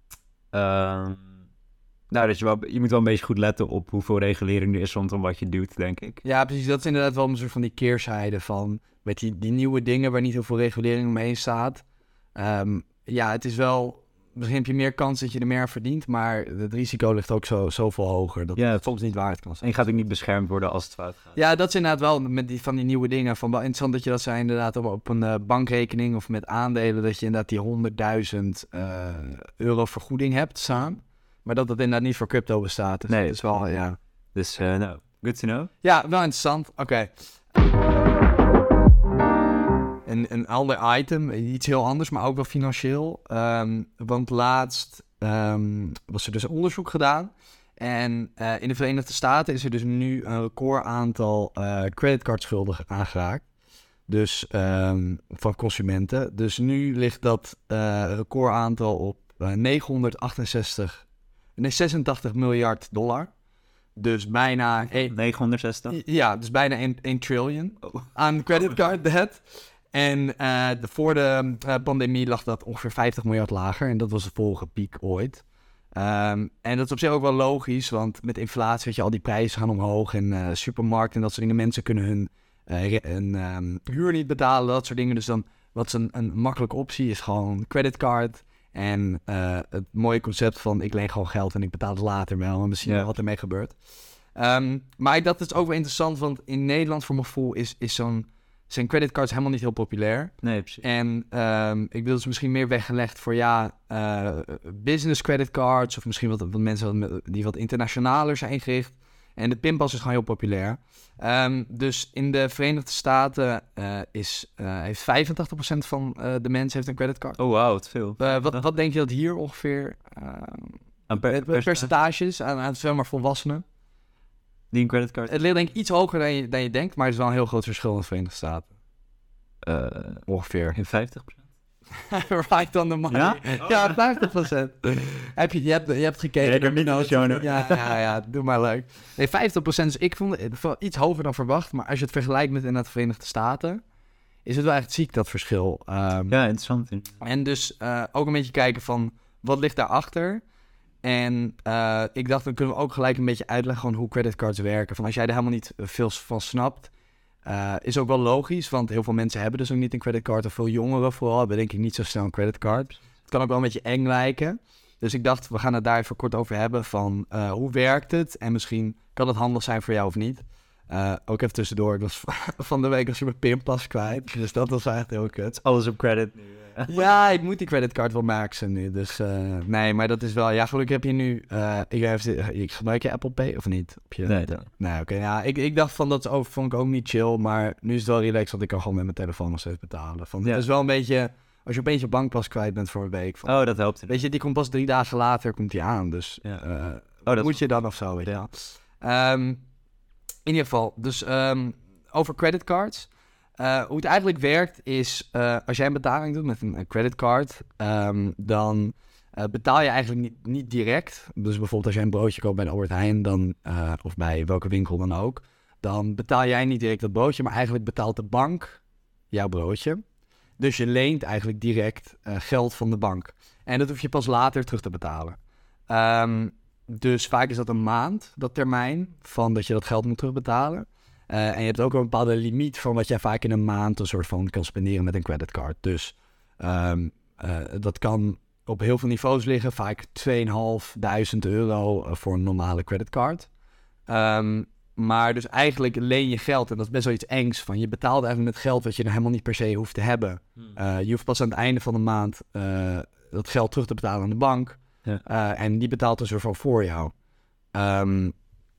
Uh, nou, dat je, wel, je moet wel een beetje goed letten op hoeveel regulering er is rondom wat je doet, denk ik. Ja, precies. Dat is inderdaad wel een soort van die keerzijde van... Met die, die nieuwe dingen waar niet heel veel regulering omheen staat. Um, ja, het is wel... Misschien heb je meer kans dat je er meer aan verdient, maar het risico ligt ook zo, zoveel hoger. Dat ja, het soms niet waard kan zijn. En je gaat ook niet beschermd worden als het fout gaat. Ja, dat is inderdaad wel met die, van die nieuwe dingen. Van wel interessant dat je dat zei inderdaad op, op een uh, bankrekening of met aandelen, dat je inderdaad die honderdduizend uh, euro vergoeding hebt staan. Maar dat dat inderdaad niet voor crypto bestaat. Dus nee, dat is wel, ja. Dus, uh, nou, good to know. Ja, wel interessant. Oké. Okay. Een, een ander item, iets heel anders, maar ook wel financieel. Um, want laatst um, was er dus onderzoek gedaan. En uh, in de Verenigde Staten is er dus nu een record aantal uh, creditcardschulden aangeraakt. Dus um, van consumenten. Dus nu ligt dat uh, recordaantal op uh, negenhonderdachtenzestig, nee, zesentachtig miljard dollar. Dus bijna... negenhonderdzestig? Ja, dus bijna één triljoen oh. aan creditcard debt. En uh, de, voor de uh, pandemie lag dat ongeveer vijftig miljard lager. En dat was de vorige piek ooit. Um, en dat is op zich ook wel logisch, want met inflatie, weet je, al die prijzen gaan omhoog. En uh, supermarkten en dat soort dingen. Mensen kunnen hun, uh, hun um, huur niet betalen, dat soort dingen. Dus dan, wat is een, een makkelijke optie, is gewoon creditcard. En uh, het mooie concept van, ik leen gewoon geld en ik betaal het later wel. En misschien yeah. wat ermee gebeurt. Um, maar ik dacht, dat is ook wel interessant, want in Nederland, voor mijn gevoel, is, is zo'n... zijn creditcards helemaal niet heel populair. Nee, precies. En um, ik wil dus misschien meer weggelegd voor ja, uh, business creditcards of misschien wat, wat mensen die wat internationaler zijn ingericht. En de pinpas is gewoon heel populair. Um, dus in de Verenigde Staten uh, is, uh, heeft vijfentachtig procent van uh, de mensen heeft een creditcard. Oh, wauw, wat veel. Uh, wat, wat denk je dat hier ongeveer uh, aan per, per, percentages aan, aan zeg maar volwassenen? Die een creditcard? Het ligt denk ik iets hoger dan je, dan je denkt, maar het is wel een heel groot verschil in de Verenigde Staten. Uh, Ongeveer. In vijftig procent? Right on the money. Ja? Ja, vijftig procent. heb je, je, hebt, je hebt gekeken. Ja, ik heb niet naar show. Ja, ja, ja, doe maar leuk. Nee, vijftig procent. Dus ik vond het iets hoger dan verwacht. Maar als je het vergelijkt met in de Verenigde Staten, is het wel echt ziek, dat verschil. Um, ja, interessant. En dus uh, ook een beetje kijken van, wat ligt daarachter? En uh, ik dacht, dan kunnen we ook gelijk een beetje uitleggen gewoon hoe creditcards werken. Van als jij er helemaal niet veel van snapt, uh, is ook wel logisch. Want heel veel mensen hebben dus ook niet een creditcard. Of veel jongeren vooral hebben denk ik niet zo snel een creditcard. Het kan ook wel een beetje eng lijken. Dus ik dacht, we gaan het daar even kort over hebben van uh, hoe werkt het? En misschien kan het handig zijn voor jou of niet. Uh, ook even tussendoor, ik was van de week als je mijn pinpas kwijt. Dus dat was eigenlijk heel kut. Alles op credit nu. Ja, ik moet die creditcard wel maxen nu. Dus uh, nee, maar dat is wel... Ja, gelukkig heb je nu... Uh, ik, heb, ik gebruik je Apple Pay of niet? Op je, nee, dat. Nee, oké. Okay, ja, ik, ik dacht van dat ook, vond ik ook niet chill. Maar nu is het wel relaxed, want ik kan gewoon met mijn telefoon nog steeds betalen. Van, ja. Het is wel een beetje... Als je opeens je bankpas kwijt bent voor een week. Van, oh, dat helpt. Weet je, die komt pas drie dagen later komt die aan. Dus ja. uh, oh, dat moet je dan of zo, weet je wel. Um, in ieder geval, dus um, over creditcards... Uh, hoe het eigenlijk werkt is, uh, als jij een betaling doet met een, een creditcard, um, dan uh, betaal je eigenlijk niet, niet direct. Dus bijvoorbeeld als jij een broodje koopt bij de Albert Heijn, dan, uh, of bij welke winkel dan ook, dan betaal jij niet direct dat broodje, maar eigenlijk betaalt de bank jouw broodje. Dus je leent eigenlijk direct uh, geld van de bank. En dat hoef je pas later terug te betalen. Um, dus vaak is dat een maand, dat termijn, van dat je dat geld moet terugbetalen. Uh, en je hebt ook een bepaalde limiet van wat jij vaak in een maand een soort van kan spenderen met een creditcard. Dus um, uh, dat kan op heel veel niveaus liggen. Vaak tweeduizend vijfhonderd euro uh, voor een normale creditcard. Um, maar dus eigenlijk leen je geld. En dat is best wel iets engs. Van je betaalt eigenlijk met geld wat je er helemaal niet per se hoeft te hebben. Uh, je hoeft pas aan het einde van de maand uh, dat geld terug te betalen aan de bank. Ja. Uh, en die betaalt een soort van voor jou. Um,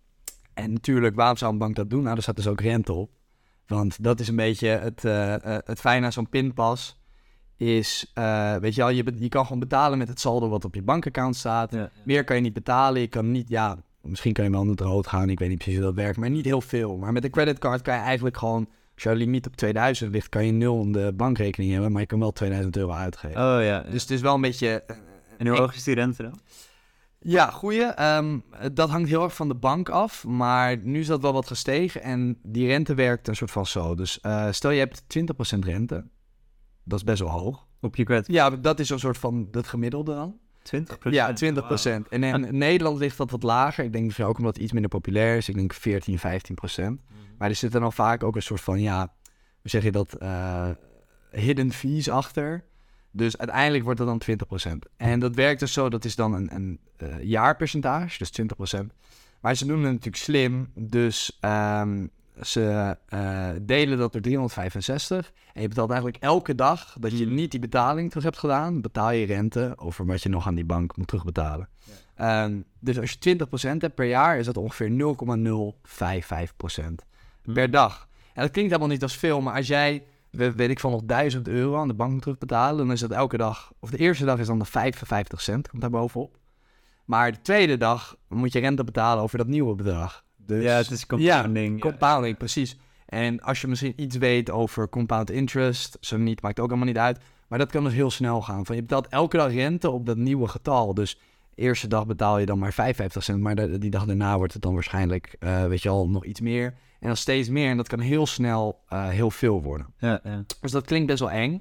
En natuurlijk, waarom zou een bank dat doen? Nou, er staat dus ook rente op. Want dat is een beetje het, uh, uh, het fijne aan zo'n pinpas. Is, uh, weet je wel, je, be- je kan gewoon betalen met het saldo wat op je bankaccount staat. Ja, ja. Meer kan je niet betalen. Je kan niet, ja, misschien kan je wel onder de rood gaan. Ik weet niet precies hoe dat werkt, maar niet heel veel. Maar met een creditcard kan je eigenlijk gewoon, als jouw limiet op tweeduizend ligt, kan je nul in de bankrekening hebben. Maar je kan wel tweeduizend euro uitgeven. Oh ja. ja. Dus het is wel een beetje... Uh, en hoe hoog is die rente dan? Ja, goeie. Um, dat hangt heel erg van de bank af, maar nu is dat wel wat gestegen en die rente werkt een soort van zo. Dus uh, stel je hebt twintig procent rente, dat is best wel hoog. Op je credit? Ja, dat is een soort van het gemiddelde dan. twintig procent? Ja, twintig procent. Wow. En in ah. Nederland ligt dat wat lager. Ik denk misschien ook omdat het iets minder populair is. Ik denk veertien, vijftien procent. Mm-hmm. Maar er zitten dan vaak ook een soort van, ja, hoe zeg je dat, uh, hidden fees achter. Dus uiteindelijk wordt dat dan twintig procent. En dat werkt dus zo, dat is dan een, een uh, jaarpercentage, dus twintig procent. Maar ze doen het natuurlijk slim, dus um, ze uh, delen dat door driehonderdvijfenzestig. En je betaalt eigenlijk elke dag dat je niet die betaling terug hebt gedaan, betaal je rente over wat je nog aan die bank moet terugbetalen. Ja. Um, dus als je twintig procent hebt per jaar, is dat ongeveer nul komma nul vijf vijf procent hmm. per dag. En dat klinkt helemaal niet als veel, maar als jij... weet ik van nog duizend euro aan de bank moet terugbetalen, dan is dat elke dag, of de eerste dag is dan de vijfenvijftig cent, komt daar bovenop. Maar de tweede dag moet je rente betalen over dat nieuwe bedrag. Dus, ja, het is compounding. Ja, compounding, ja. Precies. En als je misschien iets weet over compound interest, zo niet, maakt ook allemaal niet uit, maar dat kan dus heel snel gaan. Van je betaalt elke dag rente op dat nieuwe getal, dus de eerste dag betaal je dan maar vijfenvijftig cent, maar de, die dag daarna wordt het dan waarschijnlijk, uh, weet je al, nog iets meer. En dan steeds meer. En dat kan heel snel uh, heel veel worden. Ja, ja. Dus dat klinkt best wel eng.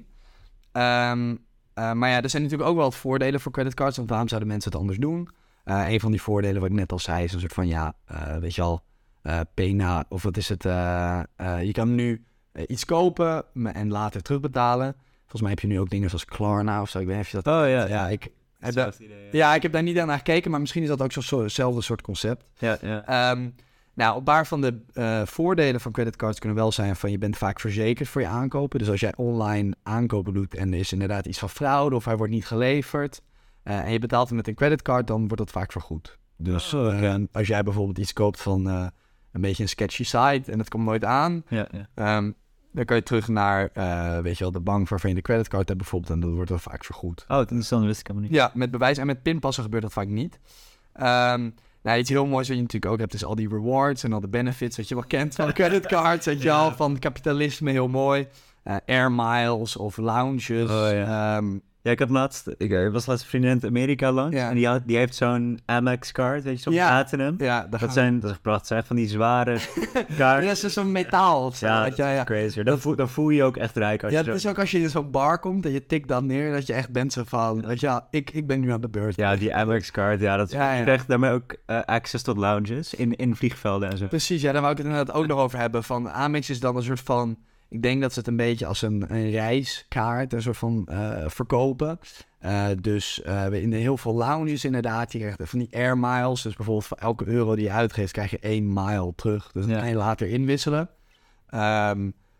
Um, uh, maar ja, er zijn natuurlijk ook wel wat voordelen voor creditcards. Want waarom zouden mensen het anders doen? Uh, een van die voordelen wat ik net al zei is een soort van, ja, uh, weet je al, uh, pena, of wat is het? Uh, uh, je kan nu uh, iets kopen en later terugbetalen. Volgens mij heb je nu ook dingen zoals Klarna of zo. Ik weet niet of je dat... Oh ja, ja, ik... Heb da- idee, ja. ja, ik heb daar niet aan naar gekeken, maar misschien is dat ook zo'nzelfde soort concept. Ja, ja. Um, Nou, op basis van de uh, voordelen van creditcards kunnen wel zijn van je bent vaak verzekerd voor je aankopen. Dus als jij online aankopen doet en er is inderdaad iets van fraude of hij wordt niet geleverd uh, en je betaalt hem met een creditcard, dan wordt dat vaak vergoed. Dus uh, als jij bijvoorbeeld iets koopt van uh, een beetje een sketchy site en dat komt nooit aan, ja, ja. Um, dan kan je terug naar uh, weet je wel, de bank waarvan je de creditcard hebt bijvoorbeeld en dat wordt dan vaak vergoed. Oh, dat is dan wist ik helemaal niet. Ja, met bewijs en met pinpassen gebeurt dat vaak niet. Um, Nou, iets heel moois wat je natuurlijk ook hebt, is al die rewards en al de benefits, wat je wel kent van creditcards, weet je wel, ja. Van kapitalisme, heel mooi. Uh, air miles of lounges. Oh, ja. Um, ja, ik had laatst, ik, ik was laatst een vriendin in Amerika langs ja. en die, had, die heeft zo'n Amex-card, weet je, zo'n ja. platinum. Ja, dat zijn, dat is gebracht, zijn van die zware kaarten. Ja, dat is zo'n metaal of zo. Ja, dat ja, ja. is crazy. Dan voel, dan voel je je ook echt rijk. Als ja, je het zo... is ook als je in zo'n bar komt en je tikt dan neer, dat je echt bent zo van, weet je wel, ik, ik ben nu aan de beurt. Ja, die Amex-card, ja, dat is ja, ja. echt daarmee ook uh, access tot lounges in, in vliegvelden en zo. Precies, ja, daar wou ik het inderdaad ook nog over hebben. Van Amex is dan een soort van, ik denk dat ze het een beetje als een, een reiskaart, een soort van uh, verkopen. Uh, dus uh, in heel veel lounges inderdaad, je krijgt van die air miles. Dus bijvoorbeeld voor elke euro die je uitgeeft, krijg je één mile terug. Dus dat ja. kan je later inwisselen. Um,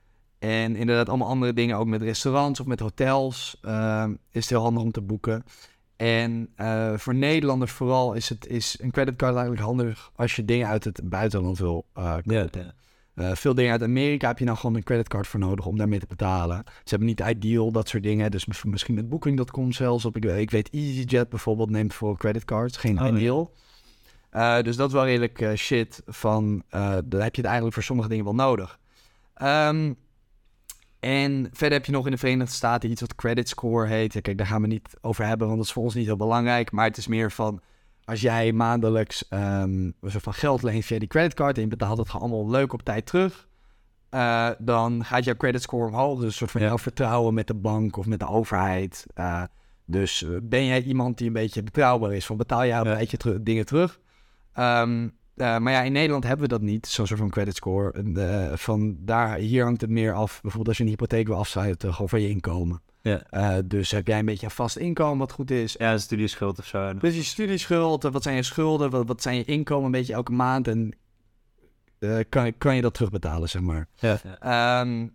En inderdaad allemaal andere dingen, ook met restaurants of met hotels, uh, is het heel handig om te boeken. En uh, voor Nederlanders vooral is, het, is een creditcard eigenlijk handig als je dingen uit het buitenland wil uh, kopen. Ja, ja. Uh, veel dingen uit Amerika heb je nou gewoon een creditcard voor nodig om daarmee te betalen. Ze hebben niet Ideal, dat soort dingen. Dus misschien met Booking punt com zelfs. Op, ik, ik weet EasyJet bijvoorbeeld neemt voor creditcards, geen oh, Ideal. Uh, dus dat is wel redelijk uh, shit. Van, uh, dan heb je het eigenlijk voor sommige dingen wel nodig. Um, en verder heb je nog in de Verenigde Staten iets wat credit score heet. Ja, kijk, daar gaan we niet over hebben, want dat is voor ons niet heel belangrijk. Maar het is meer van, als jij maandelijks um, een soort van geld leent via die creditcard en je betaalt het gewoon allemaal leuk op tijd terug, uh, dan gaat jouw credit score omhoog. Dus een soort van jouw vertrouwen met de bank of met de overheid. Uh, dus uh, ben jij iemand die een beetje betrouwbaar is, van betaal jij een ja. beetje teru- dingen terug? Um, Uh, maar ja, in Nederland hebben we dat niet, zo'n soort van credit score. Uh, van daar, hier hangt het meer af, bijvoorbeeld als je een hypotheek wil afsluiten, gewoon van je inkomen. Ja. Uh, dus heb jij een beetje een vast inkomen wat goed is? Ja, een studieschuld of zo. Dus je studieschuld, wat zijn je schulden, wat, wat zijn je inkomen een beetje elke maand en uh, kan, kan je dat terugbetalen, zeg maar. Ja. Ja. Um,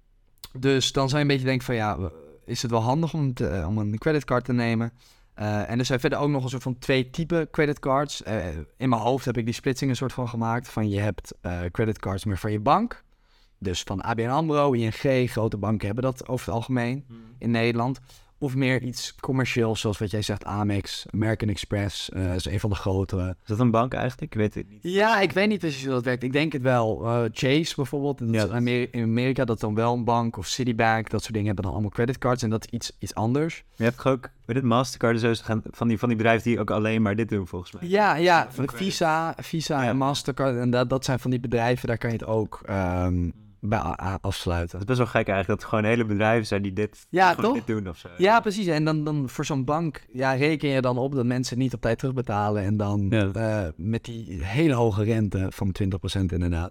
dus dan zou je een beetje denken van ja, is het wel handig om, te, om een creditcard te nemen? Uh, en er zijn verder ook nog een soort van twee typen creditcards. Uh, in mijn hoofd heb ik die splitsing een soort van gemaakt. Van je hebt uh, creditcards meer van je bank. Dus van A B N AMRO, I N G, grote banken hebben dat over het algemeen hmm. in Nederland. Of meer iets commercieels, zoals wat jij zegt, Amex, American Express. Uh, is een van de grotere. Is dat een bank eigenlijk? Ik weet het niet. Ja, ik weet niet precies hoe dat werkt. Ik denk het wel. Uh, Chase bijvoorbeeld, dat ja, Ameri- in Amerika dat dan wel een bank. Of Citibank, dat soort dingen hebben dan allemaal creditcards. En dat is iets, iets anders. Je hebt ook, weet het, Mastercard en zo, van die, van die bedrijven die ook alleen maar dit doen volgens mij. Ja, ja, Visa, Visa ja. en Mastercard. En dat, dat zijn van die bedrijven, daar kan je het ook um, bij a- afsluiten. Het is best wel gek eigenlijk, dat er gewoon hele bedrijven zijn die dit, ja, gewoon toch? dit doen of zo. Ja, precies. En dan, dan voor zo'n bank ja, reken je dan op dat mensen niet op tijd terugbetalen. En dan ja. uh, met die hele hoge rente van twintig procent inderdaad.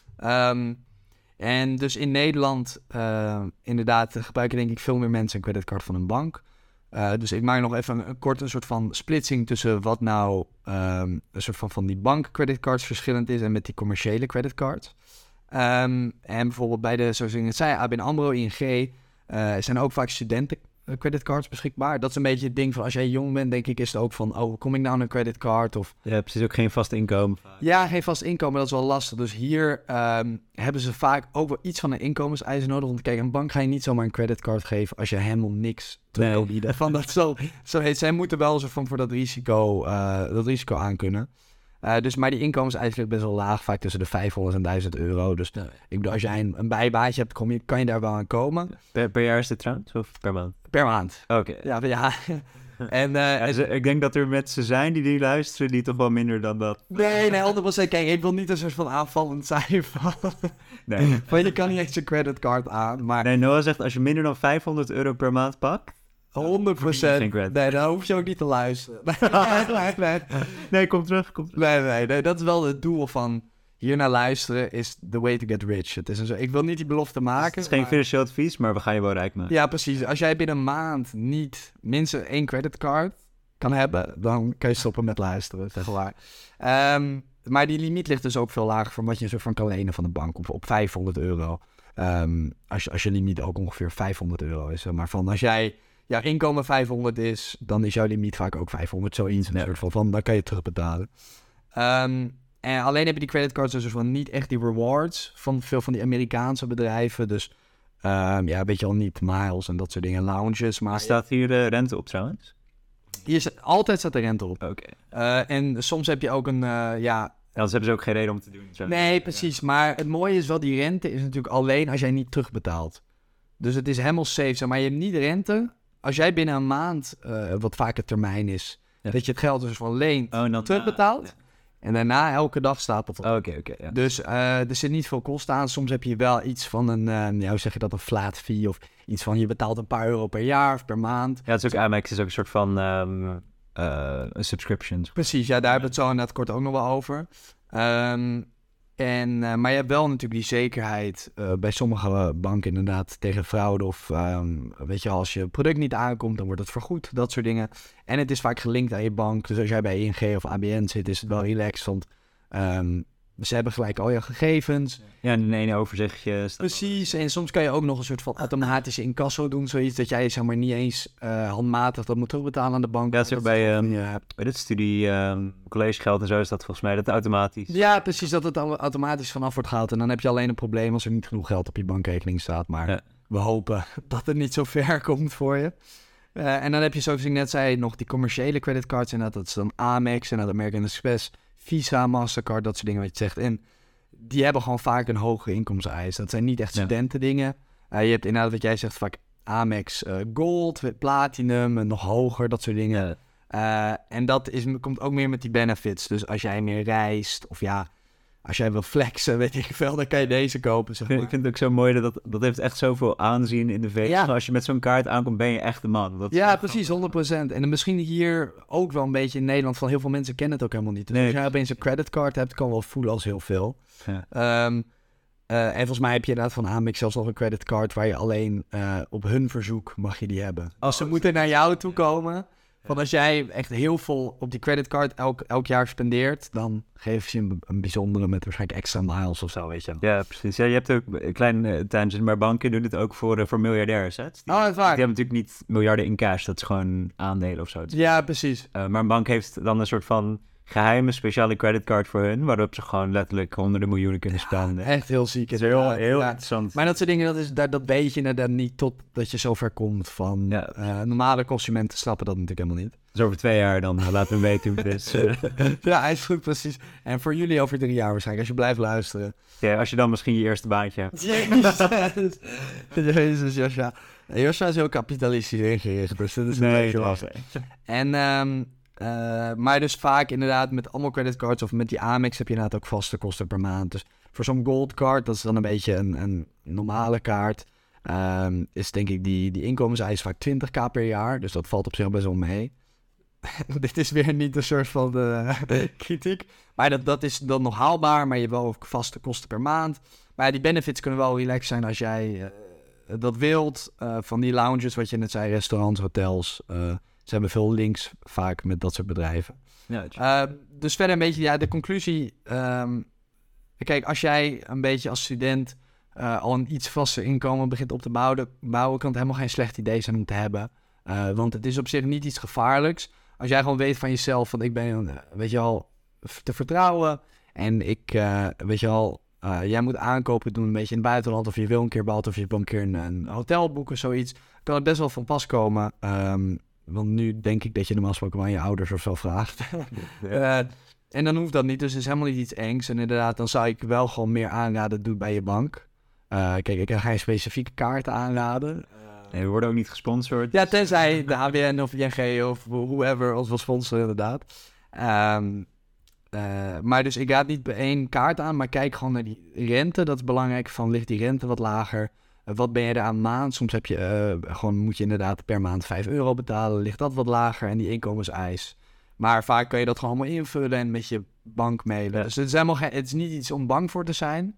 Um, en dus in Nederland uh, inderdaad gebruiken denk ik veel meer mensen een creditcard van een bank. Uh, dus ik maak nog even een, een kort een soort van splitsing tussen wat nou um, een soort van van die bankcreditcards verschillend is en met die commerciële creditcards. Um, en bijvoorbeeld bij de, zoals ik net zei, A B N AMRO, I N G, uh, zijn ook vaak studenten creditcards beschikbaar. Dat is een beetje het ding van als jij jong bent, denk ik, is het ook van, oh, kom ik nou aan een creditcard? Of ja, precies, ook geen vast inkomen. Ja, geen vast inkomen, dat is wel lastig. Dus hier um, hebben ze vaak ook wel iets van een inkomenseisen nodig. Want kijk, een bank ga je niet zomaar een creditcard geven als je helemaal niks terug wil bieden. Van dat zo, zo heet. Zij moeten wel zo van voor dat risico, uh, dat risico aankunnen. Uh, dus, maar die inkomenseisen ligt best wel laag, vaak tussen de vijfhonderd en duizend euro. Dus ja. ik bedoel, als jij een, een bijbaantje hebt, kom je, kan je daar wel aan komen. Per, per jaar is dit trouwens, of per maand? Per maand. Oké. Okay. Ja, ja. En, uh, ja, dus, ik denk dat er mensen zijn die die luisteren, die toch wel minder dan dat. Nee, nee, honderd procent. Kijk, ik wil niet een soort van aanvallend zijn van... Nee. Want je kan niet echt je creditcard aan, maar... Nee, Noah zegt, als je minder dan vijfhonderd euro per maand pakt... honderd procent. Nee, dan hoef je ook niet te luisteren. Nee, nee, nee. Nee, kom terug, kom terug. Nee, nee, nee, dat is wel het doel van hier naar luisteren, is the way to get rich. Het is een zo, ik wil niet die belofte maken. Het is geen maar... financieel advies, maar we gaan je wel rijk maken. Ja, precies. Als jij binnen een maand niet minstens één creditcard kan hebben, dan kan je stoppen met luisteren, zeg maar. Um, maar die limiet ligt dus ook veel lager van wat je een soort van kan lenen van de bank op, op vijfhonderd euro. Um, als, je, als je limiet ook ongeveer vijfhonderd euro is. Maar van als jij... jouw inkomen vijfhonderd is, dan is jouw limiet vaak ook vijfhonderd. Zoiets, een soort van, van, dan kan je terugbetalen. Um, en alleen heb je die creditcards dus van niet echt die rewards van veel van die Amerikaanse bedrijven. Dus um, ja, weet je al niet, miles en dat soort dingen, lounges. Maar staat hier de rente op trouwens? Hier is, altijd staat de rente op. Oké. Okay. Uh, en soms heb je ook een, uh, ja... Anders hebben ze ook geen reden om te doen. Zo. Nee, precies. Ja. Maar het mooie is wel, die rente is natuurlijk alleen als jij niet terugbetaalt. Dus het is helemaal safe, maar je hebt niet rente... Als jij binnen een maand, uh, wat vaak het termijn is, ja. dat je het geld dus van leent oh, terugbetaalt. Ja. En daarna elke dag stapelt het op. Oh, okay, okay, ja. Dus uh, er zit niet veel kosten aan. Soms heb je wel iets van een, uh, ja, hoe zeg je dat, een flat fee. Of iets van je betaalt een paar euro per jaar of per maand. Ja, het is ook Amex, is ook een soort van um, uh, subscription. Precies, ja, daar hebben we het zo inderdaad kort ook nog wel over. Um, En, uh, maar je hebt wel natuurlijk die zekerheid uh, bij sommige banken inderdaad tegen fraude of um, weet je, als je product niet aankomt, dan wordt het vergoed, dat soort dingen. En het is vaak gelinkt aan je bank, dus als jij bij I N G of A B N zit, is het wel relaxed, want um, ze hebben gelijk al je gegevens. Ja, in één overzichtje. Precies, en soms kan je ook nog een soort van automatische incasso doen. Zoiets dat jij zeg maar niet eens uh, handmatig dat moet terugbetalen aan de bank. Ja, dat is ook bij, um, uh, bij dit studie, um, collegegeld en zo is dat volgens mij dat automatisch. Ja, precies, dat het automatisch vanaf wordt gehaald. En dan heb je alleen een probleem als er niet genoeg geld op je bankrekening staat. Maar ja. we hopen dat het niet zo ver komt voor je. Uh, en dan heb je, zoals ik net zei, nog die commerciële creditcards. En dat, dat is dan Amex en dat American Express, Visa, Mastercard, dat soort dingen wat je zegt. En die hebben gewoon vaak een hogere inkomstenseis. Dat zijn niet echt studentendingen. Uh, je hebt inderdaad wat jij zegt, vaak Amex uh, Gold, Platinum en nog hoger, dat soort dingen. Ja. Uh, en dat is, komt ook meer met die benefits. Dus als jij meer reist of ja, als jij wil flexen, weet ik veel, dan kan je deze kopen. Zeg maar. Ik vind het ook zo mooi dat dat heeft echt zoveel aanzien in de V S. Ja. Als je met zo'n kaart aankomt, ben je echt de man. Dat ja, precies, honderd procent. En dan misschien hier ook wel een beetje in Nederland, van heel veel mensen kennen het ook helemaal niet. Dus nee, als jij opeens een creditcard hebt, kan wel voelen als heel veel. Ja. Um, uh, en volgens mij heb je inderdaad van Amex zelfs nog een creditcard waar je alleen uh, op hun verzoek mag je die hebben. Als ze oh, moeten naar jou toe komen. Van als jij echt heel veel op die creditcard elk, elk jaar spendeert, dan geven ze je een, een bijzondere met waarschijnlijk extra miles of zo, weet je. Ja, precies. Ja, je hebt ook een klein uh, tangent, maar banken doen het ook voor, uh, voor miljardairs. Hè? Die, oh, dat is waar. Die hebben natuurlijk niet miljarden in cash, dat is gewoon aandelen of zo. Ja, precies. Uh, maar een bank heeft dan een soort van geheime speciale creditcard voor hun, waarop ze gewoon letterlijk honderden miljoenen kunnen spenden. Ja, echt heel ziek. Het is heel, heel ja. interessant. Maar dat soort dingen, dat, is, dat, dat weet je inderdaad niet totdat je zover komt van ja. uh, normale consumenten snappen dat natuurlijk helemaal niet. Dus over twee jaar dan, laten we weten hoe het is. Ja, hij is goed, precies. En voor jullie over drie jaar waarschijnlijk, als je blijft luisteren. Ja, als je dan misschien je eerste baantje hebt. Jezus, Joshua. Joshua is heel kapitalistisch ingericht, dus dat is een nee, beetje lastig. En, um, uh, maar dus vaak inderdaad met allemaal creditcards of met die Amex heb je inderdaad ook vaste kosten per maand. Dus voor zo'n gold card, dat is dan een beetje een, een normale kaart, um, is denk ik die, die inkomenseis vaak twintig k per jaar. Dus dat valt op zich best wel mee. Dit is weer niet een soort van uh, kritiek. Maar dat, dat is dan nog haalbaar, maar je hebt wel ook vaste kosten per maand. Maar ja, die benefits kunnen wel relaxed zijn als jij uh, dat wilt. Uh, van die lounges, wat je net zei, restaurants, hotels. Uh, ze hebben veel links vaak met dat soort bedrijven. Ja, uh, dus verder een beetje, ja, de conclusie. Um, kijk, als jij een beetje als student uh, al een iets vaster inkomen begint op te bouwen, bouwen kan het helemaal geen slecht idee zijn om te hebben. Uh, want het is op zich niet iets gevaarlijks. Als jij gewoon weet van jezelf, van ik ben, weet je al, te vertrouwen. En ik, uh, weet je al, uh, jij moet aankopen doen een beetje in het buitenland. Of je wil een keer bad, of je wil een keer een, een hotel boeken, zoiets. Kan het best wel van pas komen. Um, want nu denk ik dat je normaal gesproken aan je ouders of zo vraagt. uh, en dan hoeft dat niet, dus het is helemaal niet iets engs. En inderdaad, dan zou ik wel gewoon meer aanraden, doe bij je bank. Uh, kijk, ik ga geen specifieke kaarten aanraden. Nee, we worden ook niet gesponsord. Ja, tenzij de A B N of I N G of whoever ons wil sponsoren, inderdaad. Um, uh, maar dus ik raad niet bij één kaart aan, maar kijk gewoon naar die rente. Dat is belangrijk. Van, ligt die rente wat lager? Uh, wat ben je er aan maand? Soms heb je, uh, gewoon moet je inderdaad per maand vijf euro betalen. Ligt dat wat lager? En die inkomenseis. Maar vaak kan je dat gewoon allemaal invullen en met je bank mailen. Ja. Dus het is, helemaal geen, het is niet iets om bang voor te zijn.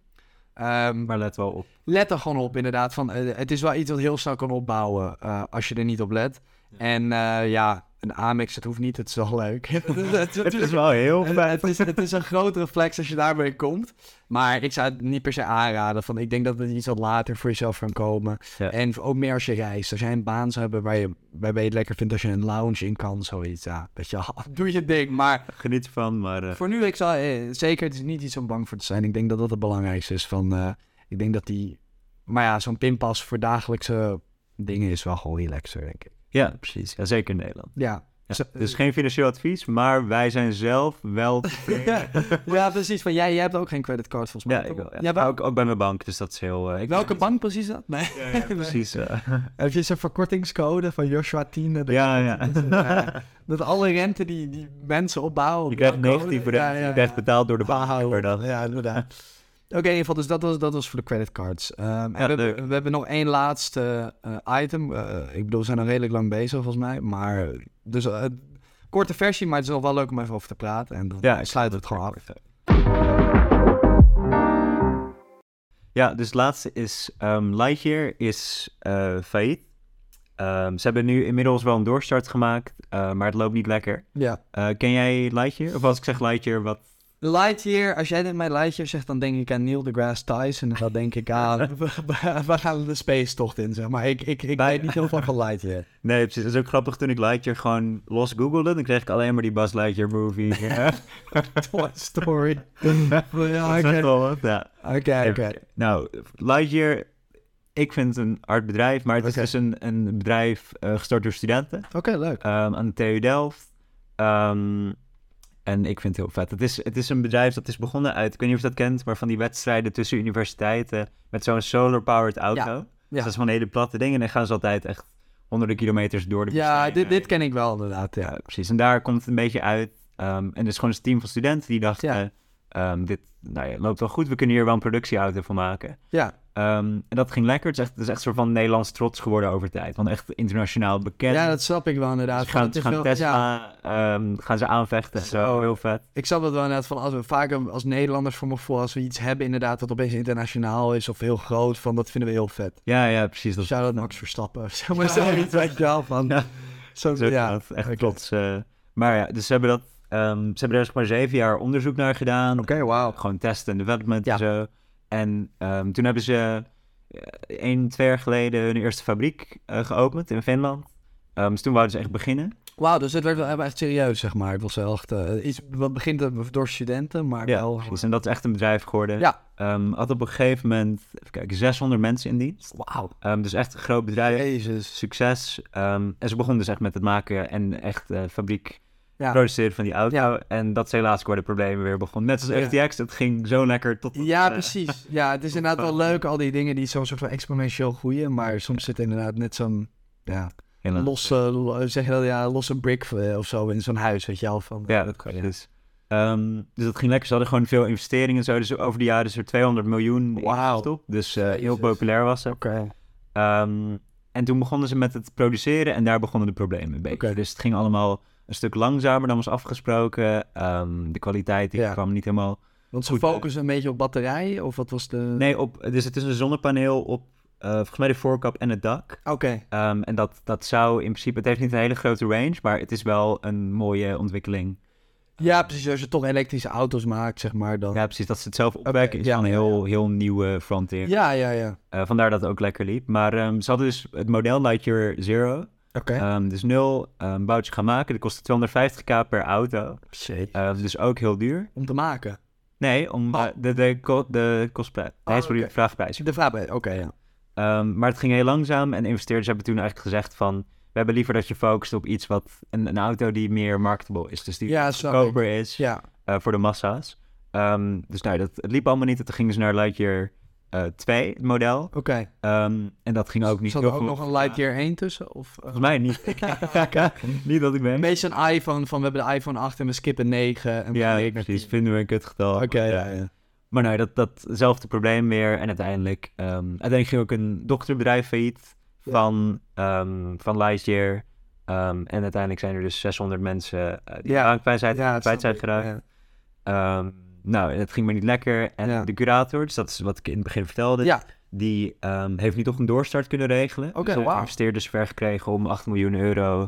Um, maar let wel op. Let er gewoon op, inderdaad. Van, uh, het is wel iets wat heel snel kan opbouwen uh, als je er niet op let. Ja. En uh, ja, een Amex, het hoeft niet, het is wel leuk. het, het is wel heel fijn. Het is, het is een grotere flex als je daarmee komt. Maar ik zou het niet per se aanraden. Van, ik denk dat het iets wat later voor jezelf kan komen. Ja. En ook meer als je reist. Als jij een baan zou hebben waar je, waarbij je het lekker vindt als je een lounge in kan, zoiets. Ja, weet je, doe je ding. Maar geniet ervan. Maar, uh... voor nu, ik zal, eh, zeker, het is niet iets om bang voor te zijn. Ik denk dat dat het belangrijkste is. Van, uh, ik denk dat die... Maar ja, zo'n pinpas voor dagelijkse dingen is wel gewoon relaxer, denk ik. Ja, precies. Ja, zeker in Nederland. Ja. Ja, dus geen financieel advies, maar wij zijn zelf wel... ja, ja, precies. Van, jij, jij hebt ook geen creditcard volgens mij. Ja, ik wel. Ja. Ja, ook, ook bij mijn bank, dus dat is heel... Uh, ik Welke bank precies dat? Nee. Ja, ja, precies. Uh. Heb je zo'n verkortingscode van Joshua tien? Dat ja, ja. Dat, uh, dat alle rente die, die mensen opbouwen... Je krijgt negatief voor de, ja, ja, je krijgt betaald door de bank. Ja, inderdaad. Oké, okay, in ieder geval, dus dat was, dat was voor de creditcards. Um, ja, en we, we hebben nog één laatste uh, item. Uh, ik bedoel, we zijn al redelijk lang bezig volgens mij. Maar, dus uh, korte versie, maar het is nog wel leuk om even over te praten. En dan ja, sluiten we het gewoon af. Ja, dus het laatste is, um, Lightyear is uh, failliet. Um, ze hebben nu inmiddels wel een doorstart gemaakt, uh, maar het loopt niet lekker. Ja. Uh, ken jij Lightyear? Of als ik zeg Lightyear, wat... Lightyear, als jij net mijn Lightyear zegt, dan denk ik aan Neil deGrasse Tyson. En dan denk ik aan, we, we gaan de space tocht in, zeg maar. Ik, ik, ik weet niet heel veel van Lightyear. Nee, precies. Dat is ook grappig. Toen ik Lightyear gewoon los googelde, dan kreeg ik alleen maar die Buzz Lightyear movie. Toy Story. Ja, oké. oké. Ja. Oké, oké. Nou, Lightyear, ik vind het een hard bedrijf, maar het Okay. is dus een, een bedrijf uh, gestart door studenten. Oké, okay, leuk. Um, aan de T U Delft. Um, en ik vind het heel vet. Het is, het is een bedrijf dat is begonnen uit, ik weet niet of je dat kent, maar van die wedstrijden tussen universiteiten met zo'n solar-powered auto. Ja. Dus Ja. dat is van hele platte dingen en dan gaan ze altijd echt honderden kilometers door de Ja, dit, dit ken ik wel inderdaad, ja. ja. Precies, en daar komt het een beetje uit. Um, en het is gewoon een team van studenten die dachten, Ja. um, dit nou ja, loopt wel goed, we kunnen hier wel een productieauto van maken. Ja. Um, en dat ging lekker. Het is echt, het is echt een soort van Nederlands trots geworden over tijd. Want echt internationaal bekend. Ja, dat snap ik wel inderdaad. Ze gaan, het is gaan wel, Tesla, ja. um, gaan ze aanvechten. Zo, heel vet. Ik snap het wel inderdaad van, als we vaak als Nederlanders voor me gevoel, als we iets hebben inderdaad dat opeens internationaal is of heel groot, van dat vinden we heel vet. Ja, ja, precies. Dat zou dat Max Verstappen, zeg maar zoiets, weet je wel, van. Ja, zo, zo ja. echt okay. trots. Uh, maar ja, dus ze hebben dat, um, ze hebben er zeg maar zeven jaar onderzoek naar gedaan. Oké, okay, wauw. Gewoon testen en development ja. en zo. En um, toen hebben ze één, twee jaar geleden hun eerste fabriek uh, geopend in Finland. Um, dus toen wouden ze echt beginnen. Wauw, dus het werd wel echt serieus, zeg maar. Het was wel echt uh, iets wat begint door studenten, maar ja, wel... precies. En dat is echt een bedrijf geworden. Ja. Um, had op een gegeven moment, even kijken, zeshonderd mensen in dienst. Wauw. Um, dus echt een groot bedrijf. Jezus. Succes. Um, en ze begonnen dus echt met het maken en echt uh, fabriek ja. produceren van die auto. Ja. En dat is helaas waar de problemen weer begonnen. Net als ja. F T X, het ging zo lekker tot... Ja, uh, precies. Ja, het is inderdaad wel leuk, al die dingen die zo'n soort van exponentieel groeien, maar soms zit inderdaad net zo'n... Ja. Losse, zeg je dat, ja, losse brick of zo in zo'n huis, weet je wel. Van, ja, dat kan je. Dus, um, dus dat ging lekker. Ze hadden gewoon veel investeringen en zo. Dus over de jaren is er tweehonderd miljoen wow. Dus uh, heel populair was het. Okay. Um, en toen begonnen ze met het produceren en daar begonnen de problemen een beetje. Okay. Dus het ging allemaal een stuk langzamer dan was afgesproken. Um, de kwaliteit die ja. kwam niet helemaal... Want ze focussen een beetje op batterijen, of wat was de... Nee, op, dus het is een zonnepaneel op... Uh, volgens mij de voorkap en het dak. Oké. Okay. Um, en dat, dat zou in principe... Het heeft niet een hele grote range, maar het is wel een mooie ontwikkeling. Ja, precies. Als je toch elektrische auto's maakt, zeg maar, dan... Ja, precies. Dat ze het zelf opwekken okay, is ja, een heel, ja. heel nieuwe frontier. Ja, ja, ja. Uh, vandaar dat het ook lekker liep. Maar um, ze hadden dus het model Lightyear Zero. Oké. Okay. Um, dus nul um, boutje gaan maken. Dat kostte tweehonderdvijftig k per auto. Uh, dus ook heel duur. Om te maken? Nee, om oh. uh, de, de, de, de kostprijs. Nee, oh, sorry, okay. de vraagprijs. De vraagprijs, oké, okay, ja. Um, maar het ging heel langzaam en investeerders hebben toen eigenlijk gezegd van... we hebben liever dat je focust op iets wat... een, een auto die meer marketable is. Dus die ja, goedkoper is ja. uh, voor de massa's. Um, dus nou, dat, het liep allemaal niet. En toen gingen ze naar Lightyear uh, twee, het model. Oké. Okay. Um, en dat ging ook niet... Zat er ook nog een Lightyear één tussen? Of, uh... Volgens mij niet. Niet dat ik weet. Meestal een iPhone van... we hebben de iPhone acht en we skippen negen. En ja, precies. Vinden we een kutgetal. Oké, okay, ja, ja. Maar nou, dat, datzelfde probleem weer. En uiteindelijk, um, uiteindelijk ging ook een dochterbedrijf failliet van, um, van Lightyear. Um, en uiteindelijk zijn er dus zeshonderd mensen uh, die ja. kwijt zijn, ja, kwijt zijn geraakt. Ja. Um, nou, het ging maar niet lekker. En ja. de curator, dus dat is wat ik in het begin vertelde, ja. die um, heeft niet toch een doorstart kunnen regelen. Oké, okay, dus wow. investeerders ver gekregen om acht miljoen euro...